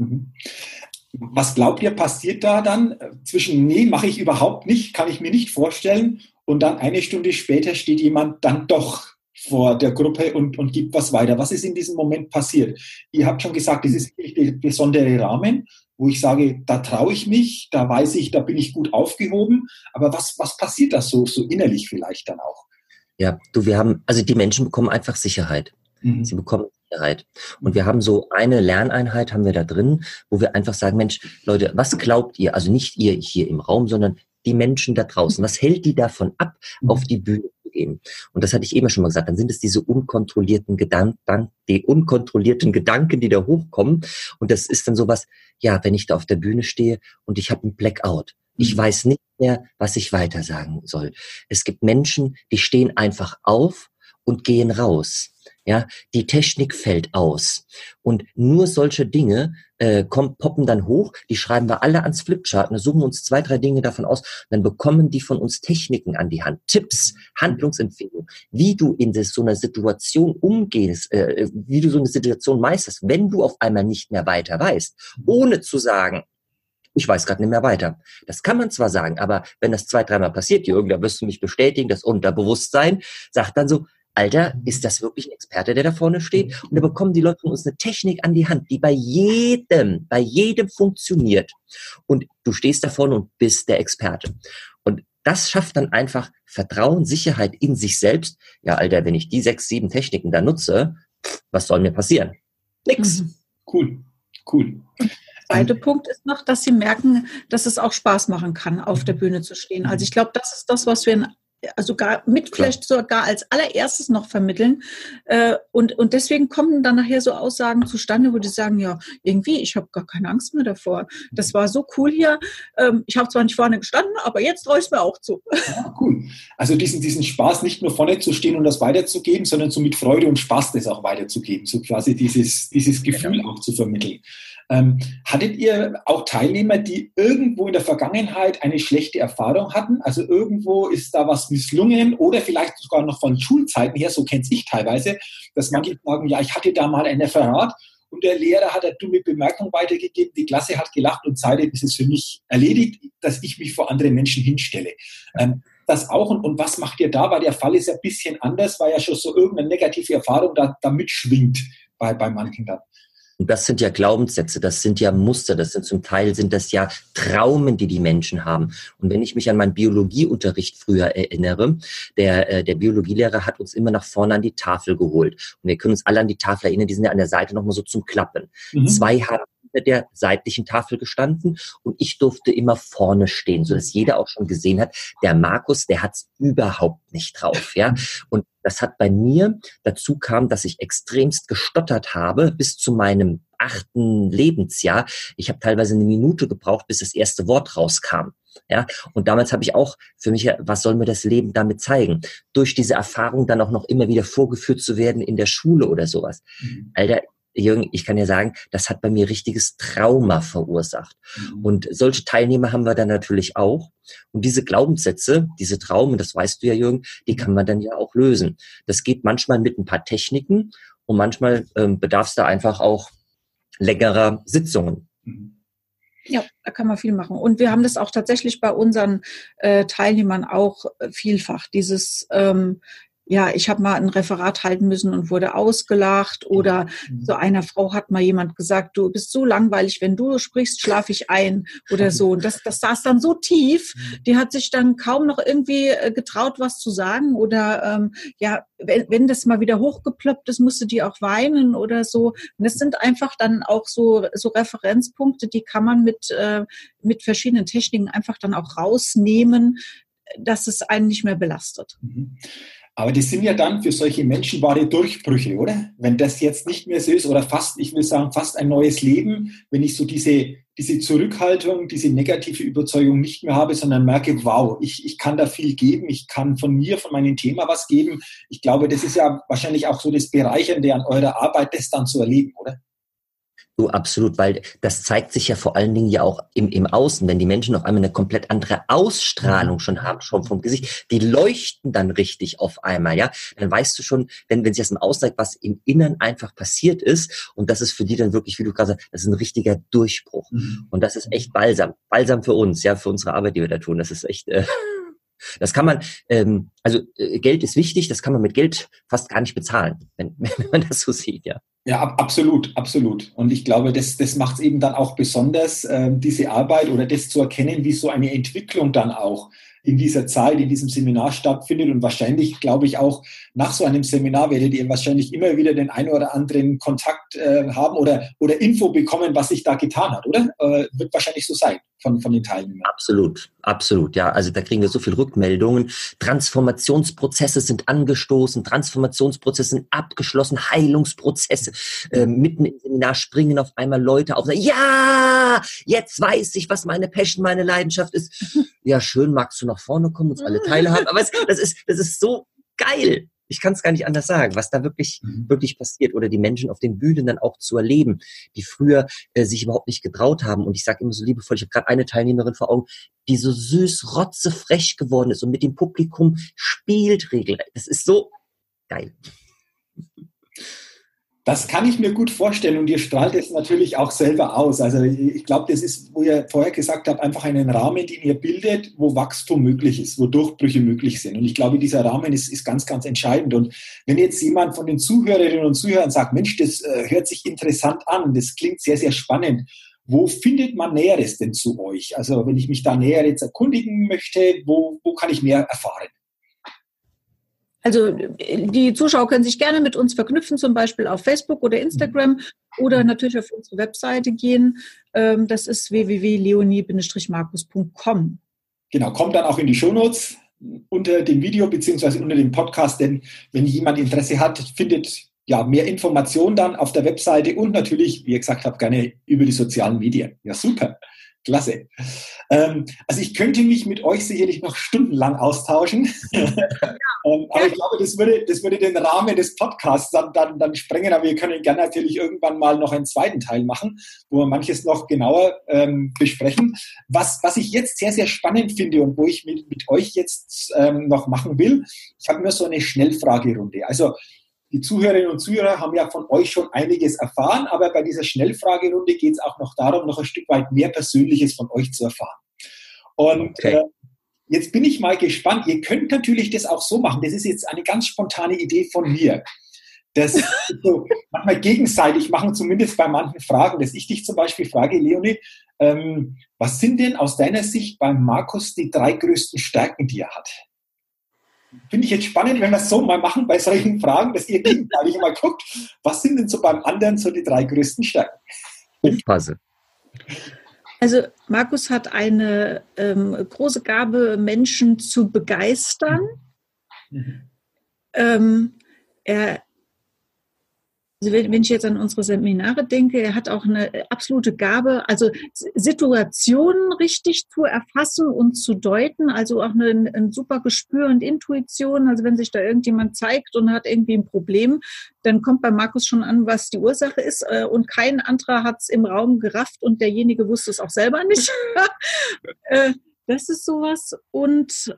Was glaubt ihr, passiert da dann zwischen, nee, mache ich überhaupt nicht, kann ich mir nicht vorstellen, und dann eine Stunde später steht jemand dann doch vor der Gruppe und gibt was weiter. Was ist in diesem Moment passiert? Ihr habt schon gesagt, das ist der besondere Rahmen, wo ich sage, da traue ich mich, da weiß ich, da bin ich gut aufgehoben. Aber was passiert da so innerlich vielleicht dann auch? Ja, also die Menschen bekommen einfach Sicherheit. Sie bekommen Sicherheit. Und wir haben so eine Lerneinheit haben wir da drin, wo wir einfach sagen, Mensch, Leute, was glaubt ihr? Also nicht ihr hier im Raum, sondern die Menschen da draußen. Was hält die davon ab, auf die Bühne zu gehen? Und das hatte ich eben schon mal gesagt. Dann sind es diese unkontrollierten Gedanken, die da hochkommen. Und das ist dann sowas, ja, wenn ich da auf der Bühne stehe und ich habe einen Blackout. Ich weiß nicht mehr, was ich weiter sagen soll. Es gibt Menschen, die stehen einfach auf und gehen raus. Ja, die Technik fällt aus. Und nur solche Dinge poppen dann hoch, die schreiben wir alle ans Flipchart und suchen uns 2, 3 Dinge davon aus. Dann bekommen die von uns Techniken an die Hand, Tipps, Handlungsempfehlungen, wie du in so einer Situation umgehst, wie du so eine Situation meisterst, wenn du auf einmal nicht mehr weiter weißt, ohne zu sagen, ich weiß gerade nicht mehr weiter. Das kann man zwar sagen, aber wenn das 2, 3 Mal passiert, Jürgen, da wirst du mich bestätigen, das Unterbewusstsein sagt dann so, Alter, ist das wirklich ein Experte, der da vorne steht? Und da bekommen die Leute von uns eine Technik an die Hand, die bei jedem funktioniert. Und du stehst da vorne und bist der Experte. Und das schafft dann einfach Vertrauen, Sicherheit in sich selbst. Ja, Alter, wenn ich die 6, 7 Techniken da nutze, was soll mir passieren? Nix. Cool. Zweiter Punkt ist noch, dass sie merken, dass es auch Spaß machen kann, auf der Bühne zu stehen. Also ich glaube, das ist das, was wir vielleicht sogar als allererstes noch vermitteln. Und deswegen kommen dann nachher so Aussagen zustande, wo die sagen, ja, irgendwie, ich habe gar keine Angst mehr davor. Das war so cool hier. Ich habe zwar nicht vorne gestanden, aber jetzt traue ich es mir auch zu. Ja, cool. Also diesen Spaß, nicht nur vorne zu stehen und das weiterzugeben, sondern so mit Freude und Spaß das auch weiterzugeben. So quasi dieses Gefühl auch zu vermitteln. Hattet ihr auch Teilnehmer, die irgendwo in der Vergangenheit eine schlechte Erfahrung hatten? Also irgendwo ist da was misslungen oder vielleicht sogar noch von Schulzeiten her, so kenne ich teilweise, dass manche sagen, ja, ich hatte da mal ein Referat und der Lehrer hat eine dumme Bemerkung weitergegeben, die Klasse hat gelacht und seitdem ist es für mich erledigt, dass ich mich vor andere Menschen hinstelle. Das auch und was macht ihr da? Weil der Fall ist ja ein bisschen anders, weil ja schon so irgendeine negative Erfahrung da mitschwingt bei manchen dann. Und das sind ja Glaubenssätze, das sind ja Muster, zum Teil sind das ja Traumen, die Menschen haben. Und wenn ich mich an meinen Biologieunterricht früher erinnere, der Biologielehrer hat uns immer nach vorne an die Tafel geholt. Und wir können uns alle an die Tafel erinnern, die sind ja an der Seite nochmal so zum Klappen. 2 haben hinter der seitlichen Tafel gestanden und ich durfte immer vorne stehen, sodass jeder auch schon gesehen hat, der Markus, der hat's überhaupt nicht drauf, ja. Und das hat bei mir dazu kam, dass ich extremst gestottert habe bis zu meinem 8. Lebensjahr. Ich habe teilweise 1 Minute gebraucht, bis das erste Wort rauskam. Ja, und damals habe ich auch für mich, was soll mir das Leben damit zeigen? Durch diese Erfahrung dann auch noch immer wieder vorgeführt zu werden in der Schule oder sowas. Alter, Jürgen, ich kann ja sagen, das hat bei mir richtiges Trauma verursacht. Und solche Teilnehmer haben wir dann natürlich auch. Und diese Glaubenssätze, diese Traumen, das weißt du ja, Jürgen, die kann man dann ja auch lösen. Das geht manchmal mit ein paar Techniken und manchmal bedarf es da einfach auch längerer Sitzungen. Ja, da kann man viel machen. Und wir haben das auch tatsächlich bei unseren Teilnehmern auch vielfach. Dieses ich habe mal ein Referat halten müssen und wurde ausgelacht oder so einer Frau hat mal jemand gesagt, du bist so langweilig, wenn du sprichst, schlafe ich ein oder so. Und das saß dann so tief, die hat sich dann kaum noch irgendwie getraut, was zu sagen oder wenn das mal wieder hochgeploppt ist, musste die auch weinen oder so. Und das sind einfach dann auch so Referenzpunkte, die kann man mit verschiedenen Techniken einfach dann auch rausnehmen, dass es einen nicht mehr belastet. Aber das sind ja dann für solche Menschen wahre Durchbrüche, oder? Wenn das jetzt nicht mehr so ist oder fast, ich will sagen, fast ein neues Leben, wenn ich so diese Zurückhaltung, diese negative Überzeugung nicht mehr habe, sondern merke, wow, ich kann da viel geben, ich kann von meinem Thema was geben. Ich glaube, das ist ja wahrscheinlich auch so das Bereichernde an eurer Arbeit, das dann zu erleben, oder? Du, absolut, weil das zeigt sich ja vor allen Dingen ja auch im Außen, wenn die Menschen auf einmal eine komplett andere Ausstrahlung schon haben, schon vom Gesicht, die leuchten dann richtig auf einmal, ja, dann weißt du schon, wenn sich das im Außen zeigt, was im Inneren einfach passiert ist und das ist für die dann wirklich, wie du gerade sagst, das ist ein richtiger Durchbruch und das ist echt Balsam für uns, ja, für unsere Arbeit, die wir da tun, das ist echt... Das kann man, Geld ist wichtig, das kann man mit Geld fast gar nicht bezahlen, wenn man das so sieht, ja. Ja, absolut. Und ich glaube, das macht es eben dann auch besonders, diese Arbeit oder das zu erkennen, wie so eine Entwicklung dann auch in dieser Zeit, in diesem Seminar stattfindet. Und wahrscheinlich, glaube ich, auch nach so einem Seminar werdet ihr wahrscheinlich immer wieder den einen oder anderen Kontakt haben oder Info bekommen, was sich da getan hat, oder? Wird wahrscheinlich so sein von den Teilnehmern. Absolut, ja. Also da kriegen wir so viele Rückmeldungen. Transformationsprozesse sind angestoßen, Transformationsprozesse sind abgeschlossen, Heilungsprozesse. Mitten im Seminar springen auf einmal Leute auf und sagen, ja, jetzt weiß ich, was meine Passion, meine Leidenschaft ist. Ja, schön, magst du nach vorne kommen, uns alle teilhaben. Aber das ist so geil. Ich kann es gar nicht anders sagen, was da wirklich passiert oder die Menschen auf den Bühnen dann auch zu erleben, die früher sich überhaupt nicht getraut haben. Und ich sage immer so liebevoll, ich habe gerade eine Teilnehmerin vor Augen, die so süß, rotzefrech geworden ist und mit dem Publikum spielt regelrecht. Das ist so geil. Das kann ich mir gut vorstellen und ihr strahlt es natürlich auch selber aus. Also ich glaube, das ist, wo ihr vorher gesagt habt, einfach einen Rahmen, den ihr bildet, wo Wachstum möglich ist, wo Durchbrüche möglich sind. Und ich glaube, dieser Rahmen ist ganz, ganz entscheidend. Und wenn jetzt jemand von den Zuhörerinnen und Zuhörern sagt, Mensch, das hört sich interessant an, das klingt sehr, sehr spannend, wo findet man Näheres denn zu euch? Also wenn ich mich da näher jetzt erkundigen möchte, wo kann ich mehr erfahren? Also die Zuschauer können sich gerne mit uns verknüpfen, zum Beispiel auf Facebook oder Instagram oder natürlich auf unsere Webseite gehen. Das ist www.leonie-markus.com. Genau, kommt dann auch in die Shownotes unter dem Video beziehungsweise unter dem Podcast, denn wenn jemand Interesse hat, findet ja mehr Informationen dann auf der Webseite und natürlich, wie ihr gesagt habt, gerne über die sozialen Medien. Ja, super. Klasse. Also ich könnte mich mit euch sicherlich noch stundenlang austauschen, aber ich glaube, das würde den Rahmen des Podcasts dann sprengen, aber wir können gerne natürlich irgendwann mal noch einen zweiten Teil machen, wo wir manches noch genauer besprechen. Was ich jetzt sehr, sehr spannend finde und wo ich mit euch jetzt noch machen will, ich habe nur so eine Schnellfragerunde. Also die Zuhörerinnen und Zuhörer haben ja von euch schon einiges erfahren, aber bei dieser Schnellfragerunde geht es auch noch darum, noch ein Stück weit mehr Persönliches von euch zu erfahren. Und jetzt bin ich mal gespannt. Ihr könnt natürlich das auch so machen. Das ist jetzt eine ganz spontane Idee von mir. Das so manchmal gegenseitig machen, zumindest bei manchen Fragen, dass ich dich zum Beispiel frage, Leonie, was sind denn aus deiner Sicht beim Markus die 3 größten Stärken, die er hat? Finde ich jetzt spannend, wenn wir es so mal machen bei solchen Fragen, dass ihr gegenseitig mal guckt, was sind denn so beim anderen so die 3 größten Stärken? Aufpasse. Also Markus hat eine große Gabe, Menschen zu begeistern. Also wenn ich jetzt an unsere Seminare denke, er hat auch eine absolute Gabe, also Situationen richtig zu erfassen und zu deuten, also auch ein super Gespür und Intuition. Also wenn sich da irgendjemand zeigt und hat irgendwie ein Problem, dann kommt bei Markus schon an, was die Ursache ist und kein anderer hat es im Raum gerafft und derjenige wusste es auch selber nicht. Das ist sowas und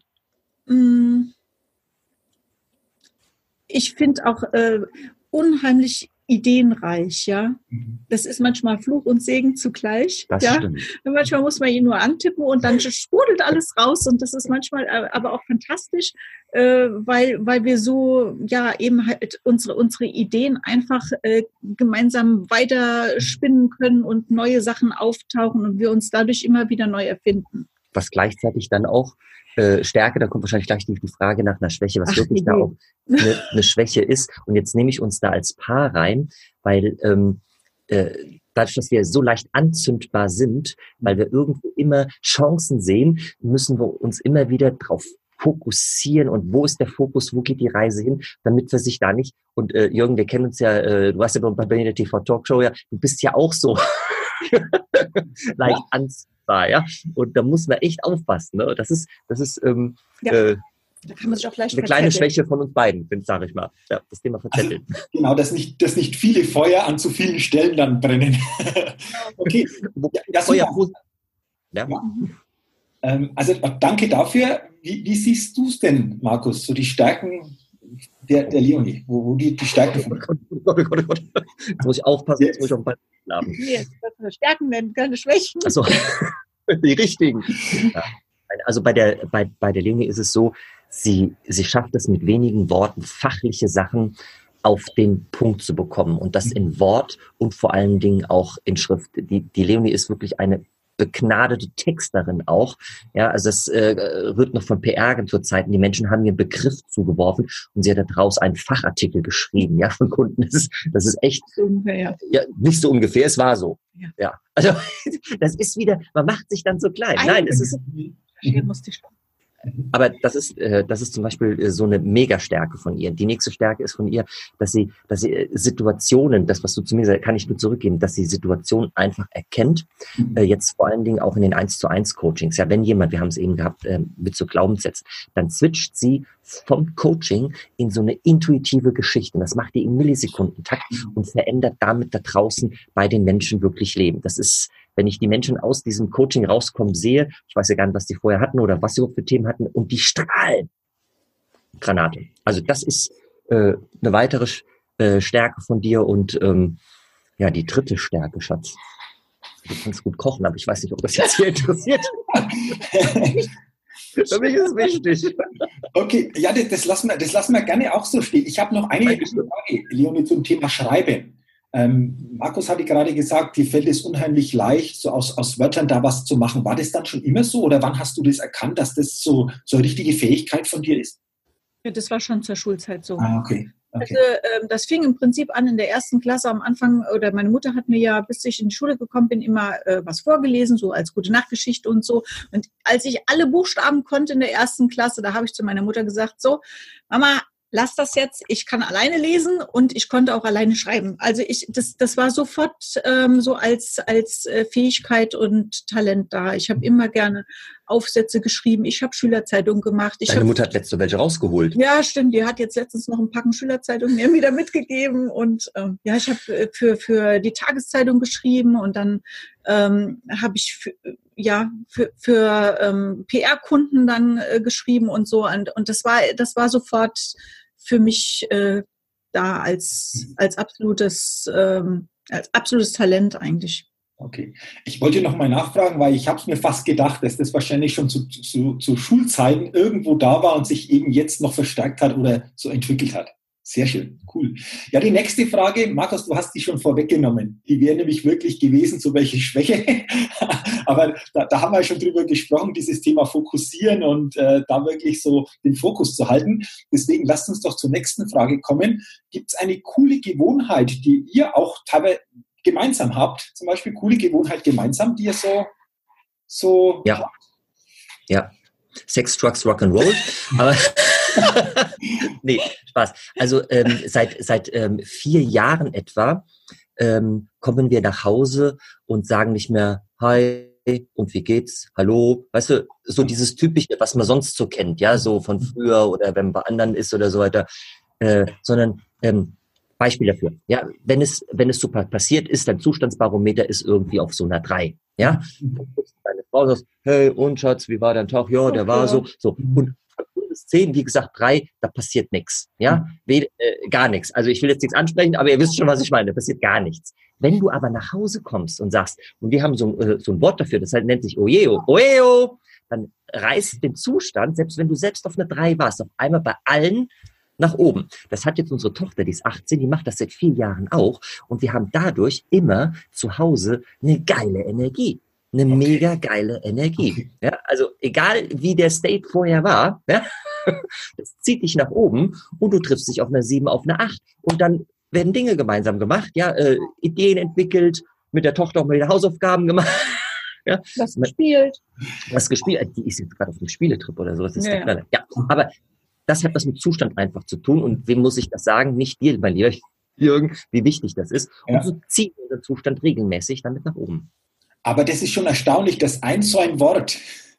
ich finde auch unheimlich ideenreich, ja. Das ist manchmal Fluch und Segen zugleich. Das ja? stimmt. Manchmal muss man ihn nur antippen und dann sprudelt alles raus und das ist manchmal aber auch fantastisch, weil wir so ja eben halt unsere Ideen einfach gemeinsam weiter spinnen können und neue Sachen auftauchen und wir uns dadurch immer wieder neu erfinden. Was gleichzeitig dann auch Stärke, da kommt wahrscheinlich gleich die Frage nach einer Schwäche, was wirklich da auch eine Schwäche ist. Und jetzt nehme ich uns da als Paar rein, weil dadurch, dass wir so leicht anzündbar sind, weil wir irgendwo immer Chancen sehen, müssen wir uns immer wieder drauf fokussieren und wo ist der Fokus, wo geht die Reise hin, damit wir sich da nicht, und Jürgen, wir kennen uns ja, du warst ja bei der TV Talkshow, ja, du bist ja auch so leicht anzündbar, ja, und da muss man echt aufpassen, ne? Das ist da kann man sich auch leicht eine kleine Schwäche von uns beiden, sage ich mal. Ja, das Thema verzetteln. Also, genau, dass nicht viele Feuer an zu vielen Stellen dann brennen. Okay. Ja. Also danke dafür. Wie siehst du es denn, Markus, so die Stärken der Leonie? Wo die Stärken von... Gott. Jetzt muss ich aufpassen, jetzt muss ich auf den Ball schlafen. Jetzt können Stärken nennen, keine Schwächen. Achso, die richtigen. Ja. Also bei der Leonie ist es so, sie schafft es mit wenigen Worten, fachliche Sachen auf den Punkt zu bekommen und das in Wort und vor allen Dingen auch in Schrift. Die Leonie ist wirklich eine begnadete Texterin auch. Ja, also es rührt noch von PR-Agenturzeiten. Die Menschen haben ihr einen Begriff zugeworfen und sie hat daraus einen Fachartikel geschrieben, ja, von Kunden. Das ist echt, ja, nicht so ungefähr, es war so. Ja. Also, das ist wieder, man macht sich dann so klein. Nein, es ist, aber das ist zum Beispiel so eine Mega-Stärke von ihr. Die nächste Stärke ist von ihr, dass sie Situationen, das, was du zu mir sagst, kann ich nur zurückgeben, dass sie Situationen einfach erkennt. Jetzt vor allen Dingen auch in den 1:1 Coachings. Ja, wenn jemand, wir haben es eben gehabt, mit so Glaubenssätzen, dann switcht sie vom Coaching in so eine intuitive Geschichte. Das macht die im Millisekundentakt und verändert damit da draußen bei den Menschen wirklich Leben. Das ist, wenn ich die Menschen aus diesem Coaching rauskommen sehe, ich weiß ja gar nicht, was die vorher hatten oder was sie überhaupt für Themen hatten, und die strahlen. Granate. Also das ist eine weitere Stärke von dir und ja, die dritte Stärke, Schatz. Du kannst gut kochen, aber ich weiß nicht, ob das jetzt hier interessiert. Für mich ist wichtig. Okay, ja, das lassen wir gerne auch so stehen. Ich habe noch eine Frage, Leonie, zum Thema Schreiben. Markus hatte gerade gesagt, dir fällt es unheimlich leicht, so aus Wörtern da was zu machen. War das dann schon immer so oder wann hast du das erkannt, dass das so eine richtige Fähigkeit von dir ist? Ja, das war schon zur Schulzeit so. Okay. Also das fing im Prinzip an in der 1. Klasse am Anfang, oder meine Mutter hat mir ja, bis ich in die Schule gekommen bin, immer was vorgelesen, so als Gute-Nacht-Geschichte und so. Und als ich alle Buchstaben konnte in der 1. Klasse, da habe ich zu meiner Mutter gesagt, so, Mama, lass das jetzt, ich kann alleine lesen und ich konnte auch alleine schreiben. Also das war sofort so als Fähigkeit und Talent da. Ich habe immer gerne Aufsätze geschrieben, ich habe Schülerzeitungen gemacht. Deine Mutter hat letzte welche rausgeholt. Ja, stimmt, die hat jetzt letztens noch ein Packen Schülerzeitungen mir wieder mitgegeben und ja, ich habe für die Tageszeitung geschrieben und dann habe ich für PR-Kunden dann geschrieben und so und das war sofort für mich da als absolutes Talent eigentlich. Okay. Ich wollte noch mal nachfragen, weil ich habe es mir fast gedacht, dass das wahrscheinlich schon zu Schulzeiten irgendwo da war und sich eben jetzt noch verstärkt hat oder so entwickelt hat. Sehr schön, cool. Ja, die nächste Frage, Markus, du hast die schon vorweggenommen. Die wäre nämlich wirklich gewesen, so welche Schwäche. Aber da haben wir schon drüber gesprochen, dieses Thema Fokussieren und da wirklich so den Fokus zu halten. Deswegen lasst uns doch zur nächsten Frage kommen. Gibt es eine coole Gewohnheit, die ihr auch teilweise gemeinsam habt? Zum Beispiel coole Gewohnheit gemeinsam, die ihr so ja. habt? Ja. Sex, Drugs, Rock'n'Roll. Aber nee, Spaß. Also seit 4 Jahren etwa kommen wir nach Hause und sagen nicht mehr Hi und wie geht's? Hallo? Weißt du, so dieses Typische, was man sonst so kennt, ja, so von früher oder wenn man bei anderen ist oder so weiter, sondern Beispiel dafür. Ja, wenn es so passiert ist, dein Zustandsbarometer ist irgendwie auf so einer 3. Ja, deine Frau sagt, hey, und Schatz, wie war dein Tag? Ja, der war so. Und von bis 10, wie gesagt, 3, da passiert nichts. Ja, gar nichts. Also ich will jetzt nichts ansprechen, aber ihr wisst schon, was ich meine. Da passiert gar nichts. Wenn du aber nach Hause kommst und sagst, und wir haben so ein Wort dafür, das halt nennt sich Oeo, Oeo, dann reißt den Zustand, selbst wenn du selbst auf einer 3 warst, auf einmal bei allen nach oben. Das hat jetzt unsere Tochter, die ist 18, die macht das seit 4 Jahren auch. Und wir haben dadurch immer zu Hause eine geile Energie. Eine mega geile Energie. Okay. Ja, also egal wie der State vorher war, ja, das zieht dich nach oben und du triffst dich auf einer 7, auf einer 8 und dann werden Dinge gemeinsam gemacht, ja, Ideen entwickelt, mit der Tochter auch mal wieder Hausaufgaben gemacht. Ja. Was gespielt. Die ist jetzt gerade auf dem Spieletrip oder so. Das ist ja, aber das hat was mit Zustand einfach zu tun. Und wem muss ich das sagen? Nicht dir, mein lieber Jürgen, wie wichtig das ist. Und so zieht unser Zustand regelmäßig damit nach oben. Aber das ist schon erstaunlich, dass so ein Wort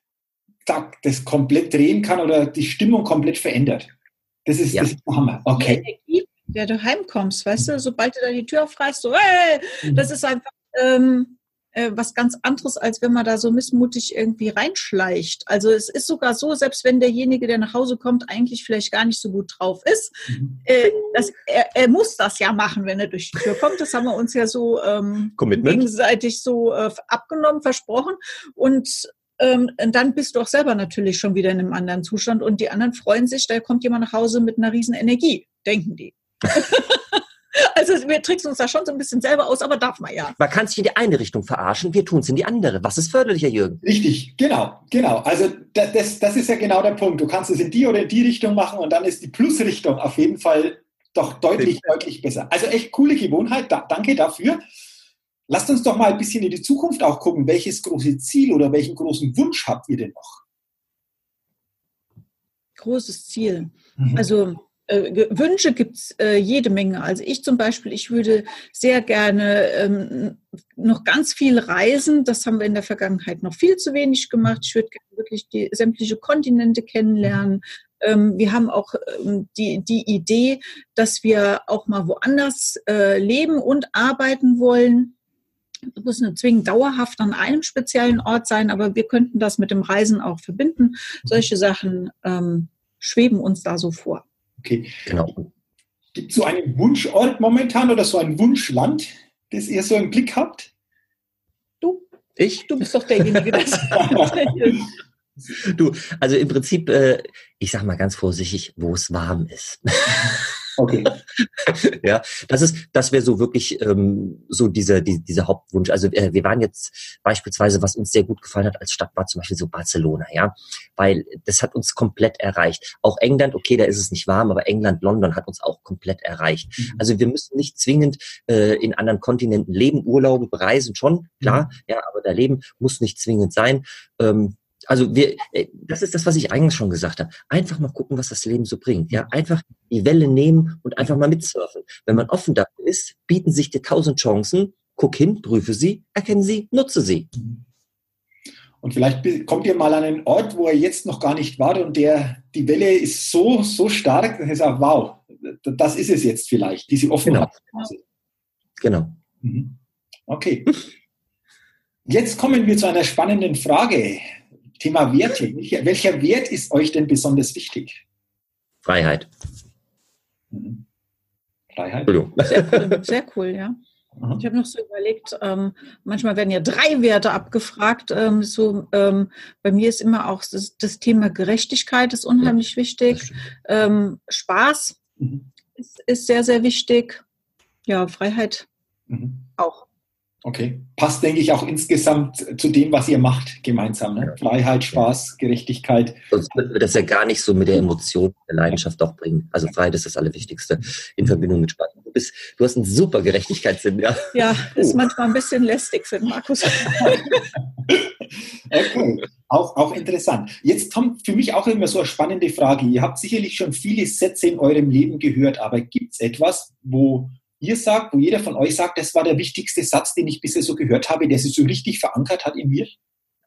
das komplett drehen kann oder die Stimmung komplett verändert. Das ist der Hammer. Okay. Die Energie, der du heimkommst, weißt du, sobald du da die Tür aufreißt, so, hey, das ist einfach was ganz anderes, als wenn man da so missmutig irgendwie reinschleicht. Also es ist sogar so, selbst wenn derjenige, der nach Hause kommt, eigentlich vielleicht gar nicht so gut drauf ist, er muss das ja machen, wenn er durch die Tür kommt. Das haben wir uns ja so gegenseitig so abgenommen, versprochen. Und dann bist du auch selber natürlich schon wieder in einem anderen Zustand und die anderen freuen sich, da kommt jemand nach Hause mit einer riesen Energie, denken die. Also wir tricksen uns da schon so ein bisschen selber aus, aber darf man ja. Man kann sich in die eine Richtung verarschen, wir tun es in die andere. Was ist förderlicher, Jürgen? Richtig, genau. Also das ist ja genau der Punkt. Du kannst es in die oder in die Richtung machen und dann ist die Plusrichtung auf jeden Fall doch deutlich besser. Also echt coole Gewohnheit, danke dafür. Lasst uns doch mal ein bisschen in die Zukunft auch gucken. Welches große Ziel oder welchen großen Wunsch habt ihr denn noch? Großes Ziel. Also Wünsche gibt es jede Menge. Also ich zum Beispiel, ich würde sehr gerne noch ganz viel reisen. Das haben wir in der Vergangenheit noch viel zu wenig gemacht. Ich würde gerne wirklich die sämtliche Kontinente kennenlernen. Wir haben auch die Idee, dass wir auch mal woanders leben und arbeiten wollen. Es muss nicht zwingend dauerhaft an einem speziellen Ort sein, aber wir könnten das mit dem Reisen auch verbinden. Solche Sachen schweben uns da so vor. Okay, genau. Gibt es so einen Wunschort momentan oder so ein Wunschland, das ihr so im Blick habt? Du bist doch derjenige, der das Du, also im Prinzip, ich sag mal ganz vorsichtig, wo es warm ist. Okay. Ja, das wäre so wirklich so dieser Hauptwunsch. Also wir waren jetzt beispielsweise, was uns sehr gut gefallen hat als Stadt, war zum Beispiel so Barcelona, ja, weil das hat uns komplett erreicht. Auch England, okay, da ist es nicht warm, aber England, London hat uns auch komplett erreicht. Also wir müssen nicht zwingend in anderen Kontinenten leben, Urlaube, bereisen schon, klar, ja, aber da leben muss nicht zwingend sein. Also das ist das, was ich eigentlich schon gesagt habe. Einfach mal gucken, was das Leben so bringt. Ja, einfach die Welle nehmen und einfach mal mitsurfen. Wenn man offen dafür ist, bieten sich dir 1000 Chancen. Guck hin, prüfe sie, erkenne sie, nutze sie. Und vielleicht kommt ihr mal an einen Ort, wo ihr jetzt noch gar nicht wart und die Welle ist so stark, dass ihr sagt, wow, das ist es jetzt vielleicht, diese Offenheit. Genau. Okay. Jetzt kommen wir zu einer spannenden Frage. Thema Werte. Welcher Wert ist euch denn besonders wichtig? Freiheit. Freiheit? Sehr cool, ja. Ich habe noch so überlegt, manchmal werden ja 3 Werte abgefragt. Bei mir ist immer auch das Thema Gerechtigkeit ist unheimlich wichtig. Spaß ist sehr, sehr wichtig. Ja, Freiheit auch. Okay. Passt, denke ich, auch insgesamt zu dem, was ihr macht, gemeinsam. Ne? Ja. Freiheit, Spaß, Gerechtigkeit. Sonst würden wir das ja gar nicht so mit der Emotion, der Leidenschaft auch bringen. Also Freiheit ist das Allerwichtigste in Verbindung mit Spaß. Du hast einen super Gerechtigkeitssinn, ja. Ja, ist manchmal ein bisschen lästig für den Markus. Okay, auch interessant. Jetzt kommt für mich auch immer so eine spannende Frage. Ihr habt sicherlich schon viele Sätze in eurem Leben gehört, aber gibt es etwas, wo jeder von euch sagt, das war der wichtigste Satz, den ich bisher so gehört habe, der sich so richtig verankert hat in mir?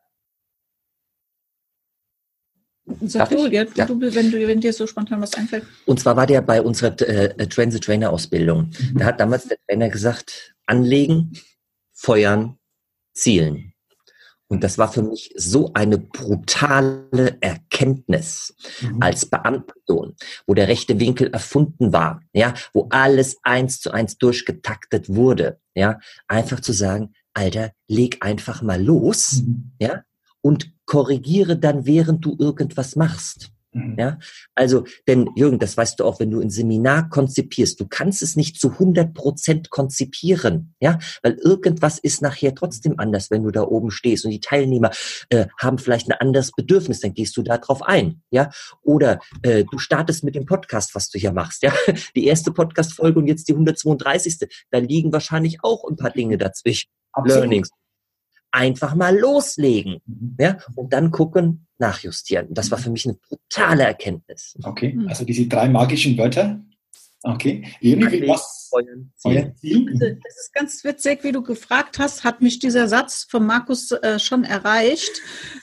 Sag du, ja. Wenn dir so spontan was einfällt. Und zwar war der bei unserer Train-the-Trainer-Ausbildung. Da hat damals der Trainer gesagt, anlegen, feuern, zielen. Und das war für mich so eine brutale Erkenntnis als Beamtensohn, wo der rechte Winkel erfunden war, ja, wo alles 1:1 durchgetaktet wurde, ja, einfach zu sagen, Alter, leg einfach mal los, ja, und korrigiere dann, während du irgendwas machst. Ja, also, denn Jürgen, das weißt du auch, wenn du ein Seminar konzipierst, du kannst es nicht zu 100% konzipieren, ja, weil irgendwas ist nachher trotzdem anders, wenn du da oben stehst und die Teilnehmer haben vielleicht ein anderes Bedürfnis, dann gehst du da drauf ein, ja, oder du startest mit dem Podcast, was du hier machst, ja, die erste Podcast-Folge und jetzt die 132. Da liegen wahrscheinlich auch ein paar Dinge dazwischen, Absolut. Learnings. Einfach mal loslegen, ja, und dann gucken, nachjustieren. Das war für mich eine brutale Erkenntnis. Okay, also diese 3 magischen Wörter. Okay. Irgendwie was? Das ist ganz witzig, wie du gefragt hast, hat mich dieser Satz von Markus schon erreicht.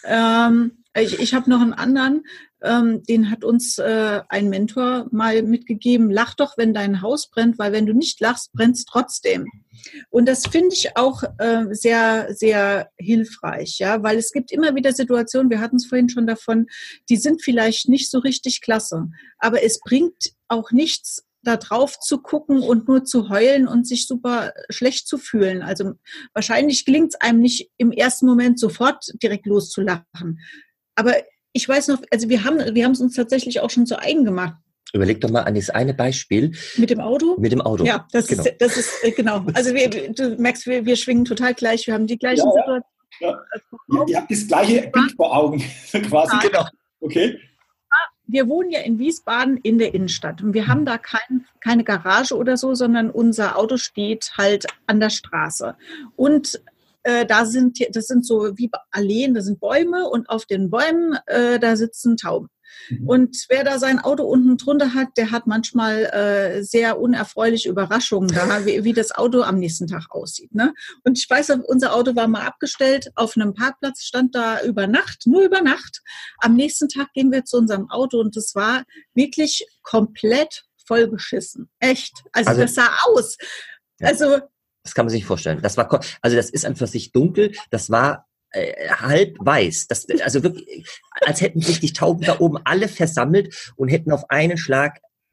Ich habe noch einen anderen, den hat uns ein Mentor mal mitgegeben, lach doch, wenn dein Haus brennt, weil wenn du nicht lachst, brennt es trotzdem. Und das finde ich auch sehr, sehr hilfreich, ja, weil es gibt immer wieder Situationen, wir hatten es vorhin schon davon, die sind vielleicht nicht so richtig klasse, aber es bringt auch nichts, da drauf zu gucken und nur zu heulen und sich super schlecht zu fühlen. Also wahrscheinlich gelingt es einem nicht im ersten Moment sofort direkt loszulachen. Aber ich weiß noch, also wir haben es uns tatsächlich auch schon zu eigen gemacht. Überleg doch mal an das eine Beispiel. Mit dem Auto? Mit dem Auto. Ja, das ist genau. Also du merkst, wir schwingen total gleich. Wir haben die gleichen Situationen. Ja. Ihr habt das gleiche Bild vor Augen, quasi. Genau. Okay. Wir wohnen ja in Wiesbaden in der Innenstadt und wir haben da keine Garage oder so, sondern unser Auto steht halt an der Straße. Und das sind so wie Alleen, da sind Bäume und auf den Bäumen, da sitzen Tauben. Und wer da sein Auto unten drunter hat, der hat manchmal sehr unerfreuliche Überraschungen da, wie das Auto am nächsten Tag aussieht. Ne? Und ich weiß, unser Auto war mal abgestellt auf einem Parkplatz, stand da nur über Nacht. Am nächsten Tag gehen wir zu unserem Auto und das war wirklich komplett vollgeschissen. Echt. Also das sah aus. Ja. Also das kann man sich nicht vorstellen. Das ist einfach sich dunkel. Das war halb weiß. Also wirklich, als hätten sich die Tauben da oben alle versammelt und hätten auf einen Schlag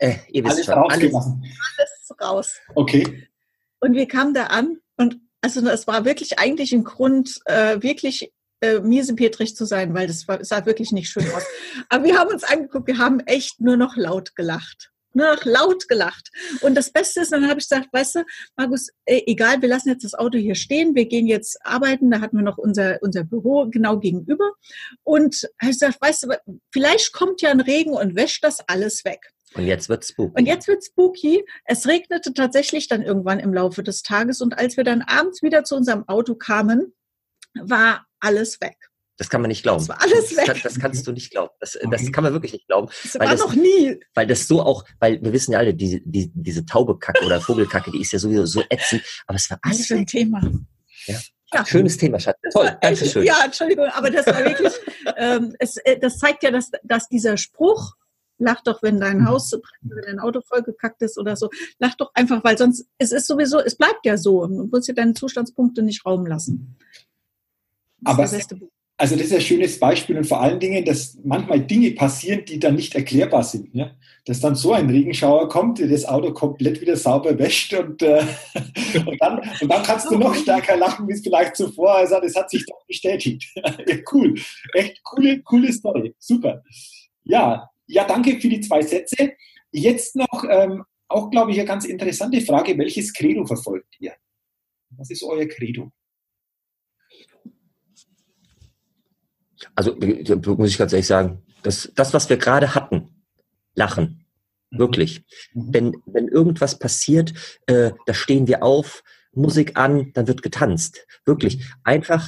Ihr wisst Alles schon, rausgelassen. Alles raus. Okay. Und wir kamen da an und also das war wirklich eigentlich ein Grund, wirklich miesepetrig zu sein, weil es sah wirklich nicht schön aus. Aber wir haben uns angeguckt, wir haben echt nur noch laut gelacht. Nur noch laut gelacht. Und das Beste ist, dann habe ich gesagt, weißt du, Markus, egal, wir lassen jetzt das Auto hier stehen, wir gehen jetzt arbeiten, da hatten wir noch unser Büro genau gegenüber. Und habe ich gesagt, weißt du, vielleicht kommt ja ein Regen und wäscht das alles weg. Und jetzt wird's spooky. Und jetzt wird's spooky. Es regnete tatsächlich dann irgendwann im Laufe des Tages. Und als wir dann abends wieder zu unserem Auto kamen, war alles weg. Das kann man nicht glauben. Das war alles weg. Das kannst du nicht glauben. Das kann man wirklich nicht glauben. Das war noch nie. Weil das so auch, weil wir wissen ja alle, diese Taubekacke oder Vogelkacke, die ist ja sowieso so ätzend. Aber es war alles Was für ein Thema. Ja. Schönes Thema, Schatz. Toll, danke schön. Ja, Entschuldigung, aber das war wirklich, das zeigt ja, dass dieser Spruch, lach doch, wenn dein Haus brennt, wenn dein Auto vollgekackt ist oder so. Lach doch einfach, weil sonst, es bleibt ja so. Du musst dir deine Zustandspunkte nicht Raum lassen. Aber also das ist ein schönes Beispiel und vor allen Dingen, dass manchmal Dinge passieren, die dann nicht erklärbar sind. Ja? Dass dann so ein Regenschauer kommt, der das Auto komplett wieder sauber wäscht und dann kannst du noch stärker lachen, wie es vielleicht zuvor. Also das hat sich doch bestätigt. Ja, cool. Echt coole Story. Super. Ja, danke für die 2 Sätze. Jetzt noch, auch glaube ich, eine ganz interessante Frage. Welches Credo verfolgt ihr? Was ist euer Credo? Also muss ich ganz ehrlich sagen, das was wir gerade hatten, Lachen, wirklich. Wenn irgendwas passiert, da stehen wir auf, Musik an, dann wird getanzt. Wirklich. Einfach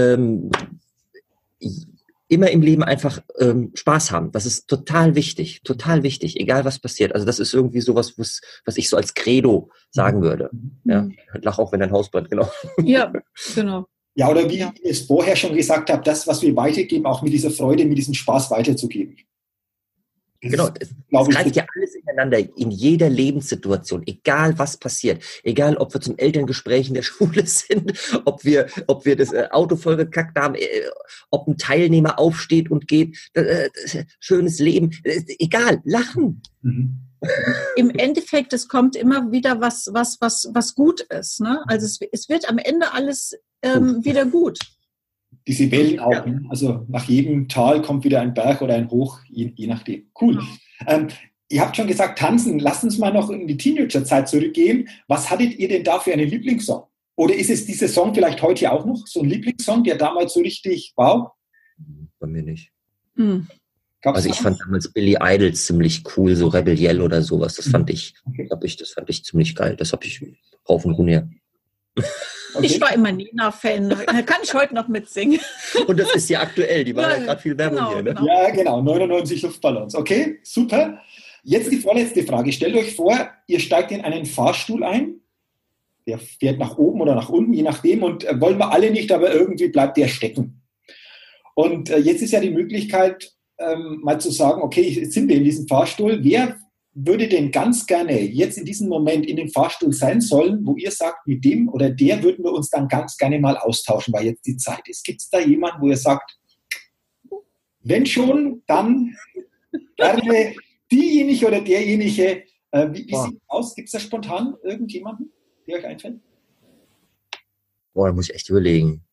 immer im Leben einfach Spaß haben. Das ist total wichtig, egal was passiert. Also das ist irgendwie sowas, was ich so als Credo sagen würde. Ja, lach auch, wenn dein Haus brennt, genau. Ja, genau. Ja, oder wie ihr es vorher schon gesagt habt, das, was wir weitergeben, auch mit dieser Freude, mit diesem Spaß weiterzugeben. Genau, es greift ja alles ineinander, in jeder Lebenssituation, egal was passiert, egal ob wir zum Elterngespräch in der Schule sind, ob wir das Auto vollgekackt haben, ob ein Teilnehmer aufsteht und geht, schönes Leben, egal, lachen. Im Endeffekt, es kommt immer wieder was gut ist. Ne? Also es wird am Ende alles wieder gut. Diese Wellen auch. Ja. Also nach jedem Tal kommt wieder ein Berg oder ein Hoch, je nachdem. Cool. Ihr habt schon gesagt, tanzen. Lasst uns mal noch in die Teenagerzeit zurückgehen. Was hattet ihr denn da für einen Lieblingssong? Oder ist es dieser Song vielleicht heute auch noch? So ein Lieblingssong, der damals so richtig, wow? Bei mir nicht. Also ich fand damals Billy Idol ziemlich cool, so rebelliell oder sowas. Das fand ich ziemlich geil. Das habe ich rauf und runter. Okay. Ich war immer Nena-Fan. Da kann ich heute noch mitsingen. Und das ist ja aktuell. Die war ja gerade viel Werbung hier. Ne? Genau. Ja, genau. 99 Luftballons. Okay, super. Jetzt die vorletzte Frage. Stellt euch vor, ihr steigt in einen Fahrstuhl ein. Der fährt nach oben oder nach unten, je nachdem. Und wollen wir alle nicht, aber irgendwie bleibt der stecken. Und jetzt ist ja die Möglichkeit, mal zu sagen, okay, jetzt sind wir in diesem Fahrstuhl. Wer würde denn ganz gerne jetzt in diesem Moment in dem Fahrstuhl sein sollen, wo ihr sagt, mit dem oder der würden wir uns dann ganz gerne mal austauschen, weil jetzt die Zeit ist. Gibt es da jemanden, wo ihr sagt, wenn schon, dann gerne diejenige oder derjenige. Wie sieht es aus? Gibt es da spontan irgendjemanden, der euch einfällt? Boah, da muss ich echt überlegen.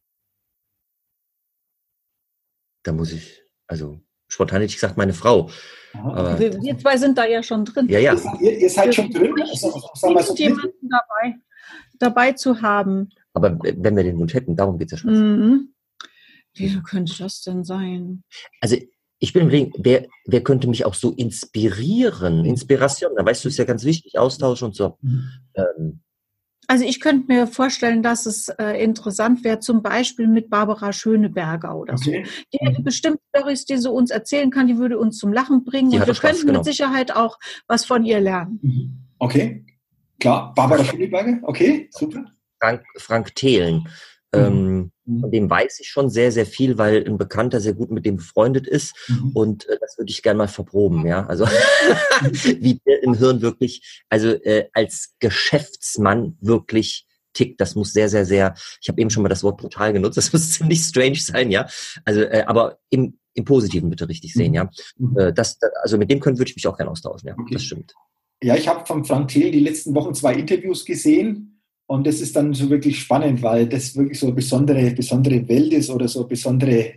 Da muss ich, also spontan hätte ich gesagt, meine Frau. Aber wir 2 sind da ja schon drin. Ja. Ihr seid schon drin. Jemanden dabei zu haben. Aber wenn wir den Wunsch hätten, darum geht es ja schon. Wie könnte das denn sein? Also ich bin überlegen, wer könnte mich auch so inspirieren? Inspiration, da weißt du, ist ja ganz wichtig, Austausch und so. Also ich könnte mir vorstellen, dass es interessant wäre, zum Beispiel mit Barbara Schöneberger oder so. Die hätte bestimmt Storys, die sie uns erzählen kann, die würde uns zum Lachen bringen und wir könnten mit Sicherheit auch was von ihr lernen. Okay, klar. Barbara Schöneberger, okay, super. Frank Thelen. Von dem weiß ich schon sehr, sehr viel, weil ein Bekannter sehr gut mit dem befreundet ist und das würde ich gerne mal verproben, ja. Also wie der im Hirn wirklich, also als Geschäftsmann wirklich tickt, das muss sehr, sehr, sehr, ich habe eben schon mal das Wort brutal genutzt, das muss ziemlich strange sein, ja. Also aber im im Positiven bitte richtig sehen, ja. Also mit dem würde ich mich auch gerne austauschen, ja, okay. Das stimmt. Ja, ich habe von Frank Thelen die letzten Wochen 2 Interviews gesehen und das ist dann so wirklich spannend, weil das wirklich so eine besondere Welt ist oder so eine besondere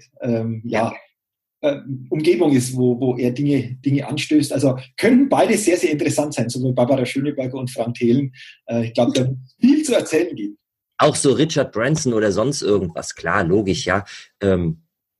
Umgebung ist, wo er Dinge anstößt. Also könnten beide sehr, sehr interessant sein, sowohl Barbara Schöneberger und Frank Thelen. Ich glaube, da viel zu erzählen gibt. Auch so Richard Branson oder sonst irgendwas, klar, logisch, ja. Würde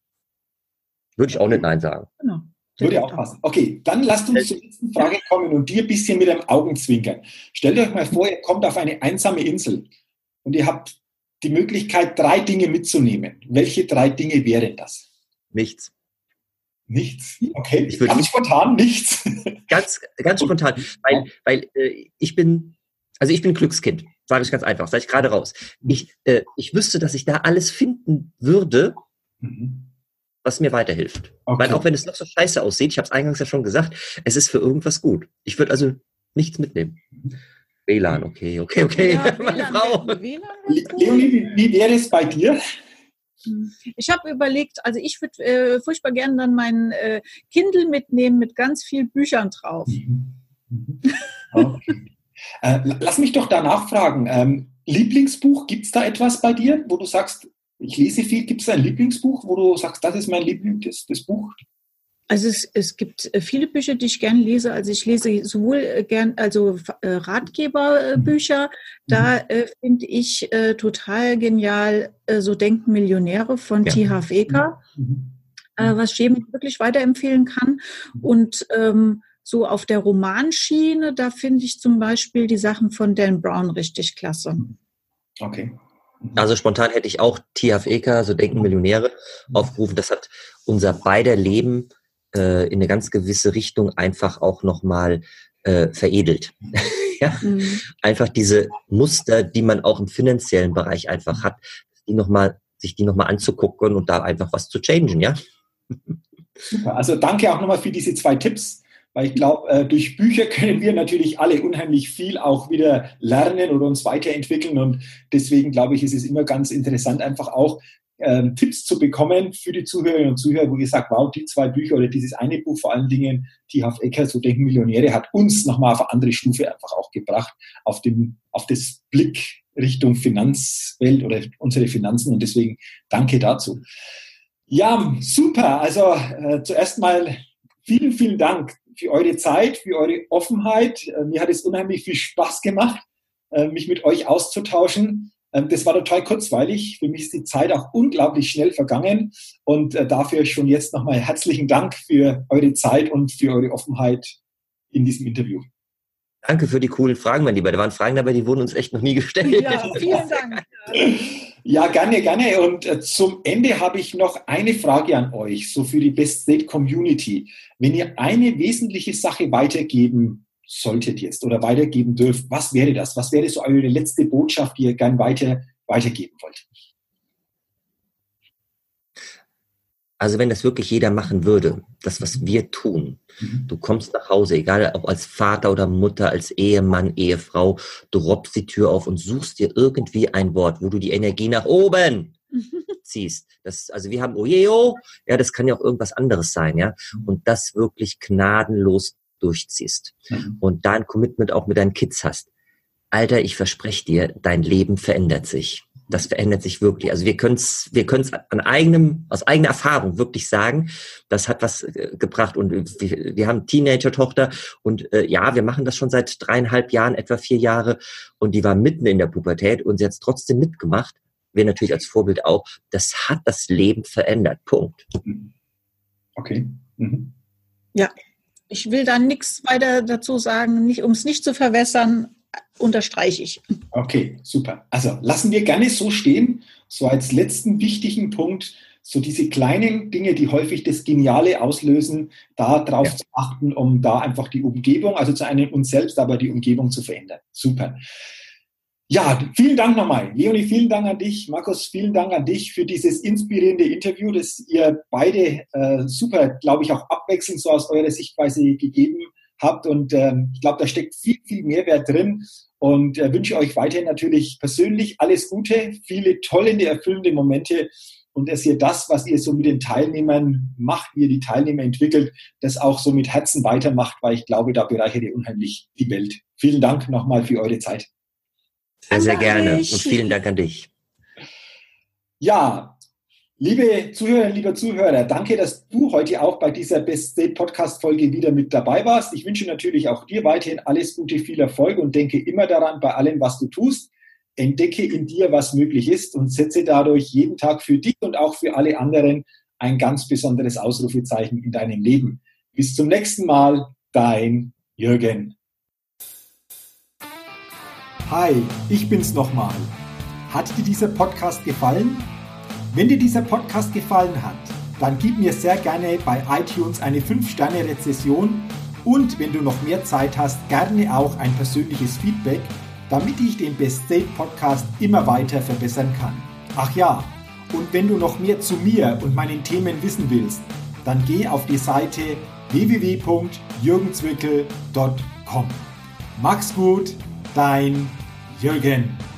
ich auch nicht Nein sagen. Genau. Würde auch passen. Okay, dann lasst uns zur letzten Frage kommen und dir ein bisschen mit dem Augenzwinkern. Stellt euch mal vor, ihr kommt auf eine einsame Insel und ihr habt die Möglichkeit, 3 Dinge mitzunehmen. Welche 3 Dinge wären das? Nichts. Nichts? Okay, ganz spontan nichts. Ganz spontan, weil ich bin Glückskind, sage ich ganz einfach, sage ich gerade raus. Ich wüsste, dass ich da alles finden würde, was mir weiterhilft. Okay. Weil auch wenn es noch so scheiße aussieht, ich habe es eingangs ja schon gesagt, es ist für irgendwas gut. Ich würde also nichts mitnehmen. WLAN, okay. Ja, meine Frau. Leonie, wie wäre es bei dir? Ich habe überlegt, also ich würde furchtbar gerne dann mein Kindle mitnehmen mit ganz vielen Büchern drauf. Okay. Lass mich doch danach fragen. Lieblingsbuch, gibt es da etwas bei dir, wo du sagst, ich lese viel, gibt es ein Lieblingsbuch, wo du sagst, das ist mein Lieblings, das Buch? Also es gibt viele Bücher, die ich gerne lese. Also ich lese sowohl gern Ratgeberbücher. Da finde ich total genial so Denken Millionäre von T. Harv Eker, was ich jedem wirklich weiterempfehlen kann. Und so auf der Romanschiene, da finde ich zum Beispiel die Sachen von Dan Brown richtig klasse. Okay. Also spontan hätte ich auch T. Harv Eker, so Denken Millionäre, aufgerufen. Das hat unser beider Leben in eine ganz gewisse Richtung einfach auch nochmal veredelt. Ja? Einfach diese Muster, die man auch im finanziellen Bereich einfach hat, sich die nochmal anzugucken und da einfach was zu changen, ja? Super, also danke auch nochmal für diese 2 Tipps. Weil ich glaube, durch Bücher können wir natürlich alle unheimlich viel auch wieder lernen oder uns weiterentwickeln. Und deswegen glaube ich, ist es immer ganz interessant, einfach auch Tipps zu bekommen für die Zuhörerinnen und Zuhörer, wo ihr sagt, wow, die 2 Bücher oder dieses eine Buch, vor allen Dingen T. Harv Eker, so Denken Millionäre, hat uns nochmal auf eine andere Stufe einfach auch gebracht, auf das Blick Richtung Finanzwelt oder unsere Finanzen. Und deswegen danke dazu. Ja, super. Also zuerst mal vielen, vielen Dank für eure Zeit, für eure Offenheit. Mir hat es unheimlich viel Spaß gemacht, mich mit euch auszutauschen. Das war total kurzweilig. Für mich ist die Zeit auch unglaublich schnell vergangen. Und dafür schon jetzt nochmal herzlichen Dank für eure Zeit und für eure Offenheit in diesem Interview. Danke für die coolen Fragen, mein Lieber. Da waren Fragen dabei, die wurden uns echt noch nie gestellt. Ja, vielen Dank. Ja, gerne. Und zum Ende habe ich noch eine Frage an euch, so für die Best State Community. Wenn ihr eine wesentliche Sache weitergeben solltet jetzt oder weitergeben dürft, was wäre das? Was wäre so eure letzte Botschaft, die ihr gern weitergeben wollt? Also wenn das wirklich jeder machen würde, das, was wir tun, du kommst nach Hause, egal ob als Vater oder Mutter, als Ehemann, Ehefrau, du robbst die Tür auf und suchst dir irgendwie ein Wort, wo du die Energie nach oben ziehst. Also wir haben Ojeo, ja, das kann ja auch irgendwas anderes sein, ja, und das wirklich gnadenlos durchziehst und da ein Commitment auch mit deinen Kids hast. Alter, ich verspreche dir, dein Leben verändert sich. Das verändert sich wirklich. Also wir können es aus eigener Erfahrung wirklich sagen, das hat was gebracht. Und wir haben Teenager-Tochter und wir machen das schon seit 3,5 Jahren, etwa 4 Jahre. Und die war mitten in der Pubertät und sie hat es trotzdem mitgemacht. Wir natürlich als Vorbild auch. Das hat das Leben verändert. Punkt. Okay. Ja, ich will da nichts weiter dazu sagen, um es nicht zu verwässern. Unterstreiche ich. Okay, super. Also lassen wir gerne so stehen, so als letzten wichtigen Punkt, so diese kleinen Dinge, die häufig das Geniale auslösen, da drauf zu achten, um da einfach die Umgebung, also zu einem uns selbst, aber die Umgebung zu verändern. Super. Ja, vielen Dank nochmal. Leonie, vielen Dank an dich. Markus, vielen Dank an dich für dieses inspirierende Interview, das ihr beide super, glaube ich, auch abwechselnd so aus eurer Sichtweise gegeben habt. Und ich glaube, da steckt viel, viel Mehrwert drin. Und wünsche euch weiterhin natürlich persönlich alles Gute, viele tolle, erfüllende Momente. und dass ihr das, was ihr so mit den Teilnehmern macht, wie ihr die Teilnehmer entwickelt, das auch so mit Herzen weitermacht, weil ich glaube, da bereichert ihr unheimlich die Welt. Vielen Dank nochmal für eure Zeit. Sehr, sehr gerne und vielen Dank an dich. Ja, liebe Zuhörerinnen, lieber Zuhörer, danke, dass du heute auch bei dieser Best State Podcast Folge wieder mit dabei warst. Ich wünsche natürlich auch dir weiterhin alles Gute, viel Erfolg und denke immer daran, bei allem, was du tust, entdecke in dir, was möglich ist und setze dadurch jeden Tag für dich und auch für alle anderen ein ganz besonderes Ausrufezeichen in deinem Leben. Bis zum nächsten Mal, dein Jürgen. Hi, ich bin's nochmal. Hat dir dieser Podcast gefallen? Wenn dir dieser Podcast gefallen hat, dann gib mir sehr gerne bei iTunes eine 5-Sterne-Rezession und wenn du noch mehr Zeit hast, gerne auch ein persönliches Feedback, damit ich den Best State Podcast immer weiter verbessern kann. Ach ja, und wenn du noch mehr zu mir und meinen Themen wissen willst, dann geh auf die Seite www.jürgenzwickel.com. Mach's gut, dein Jürgen.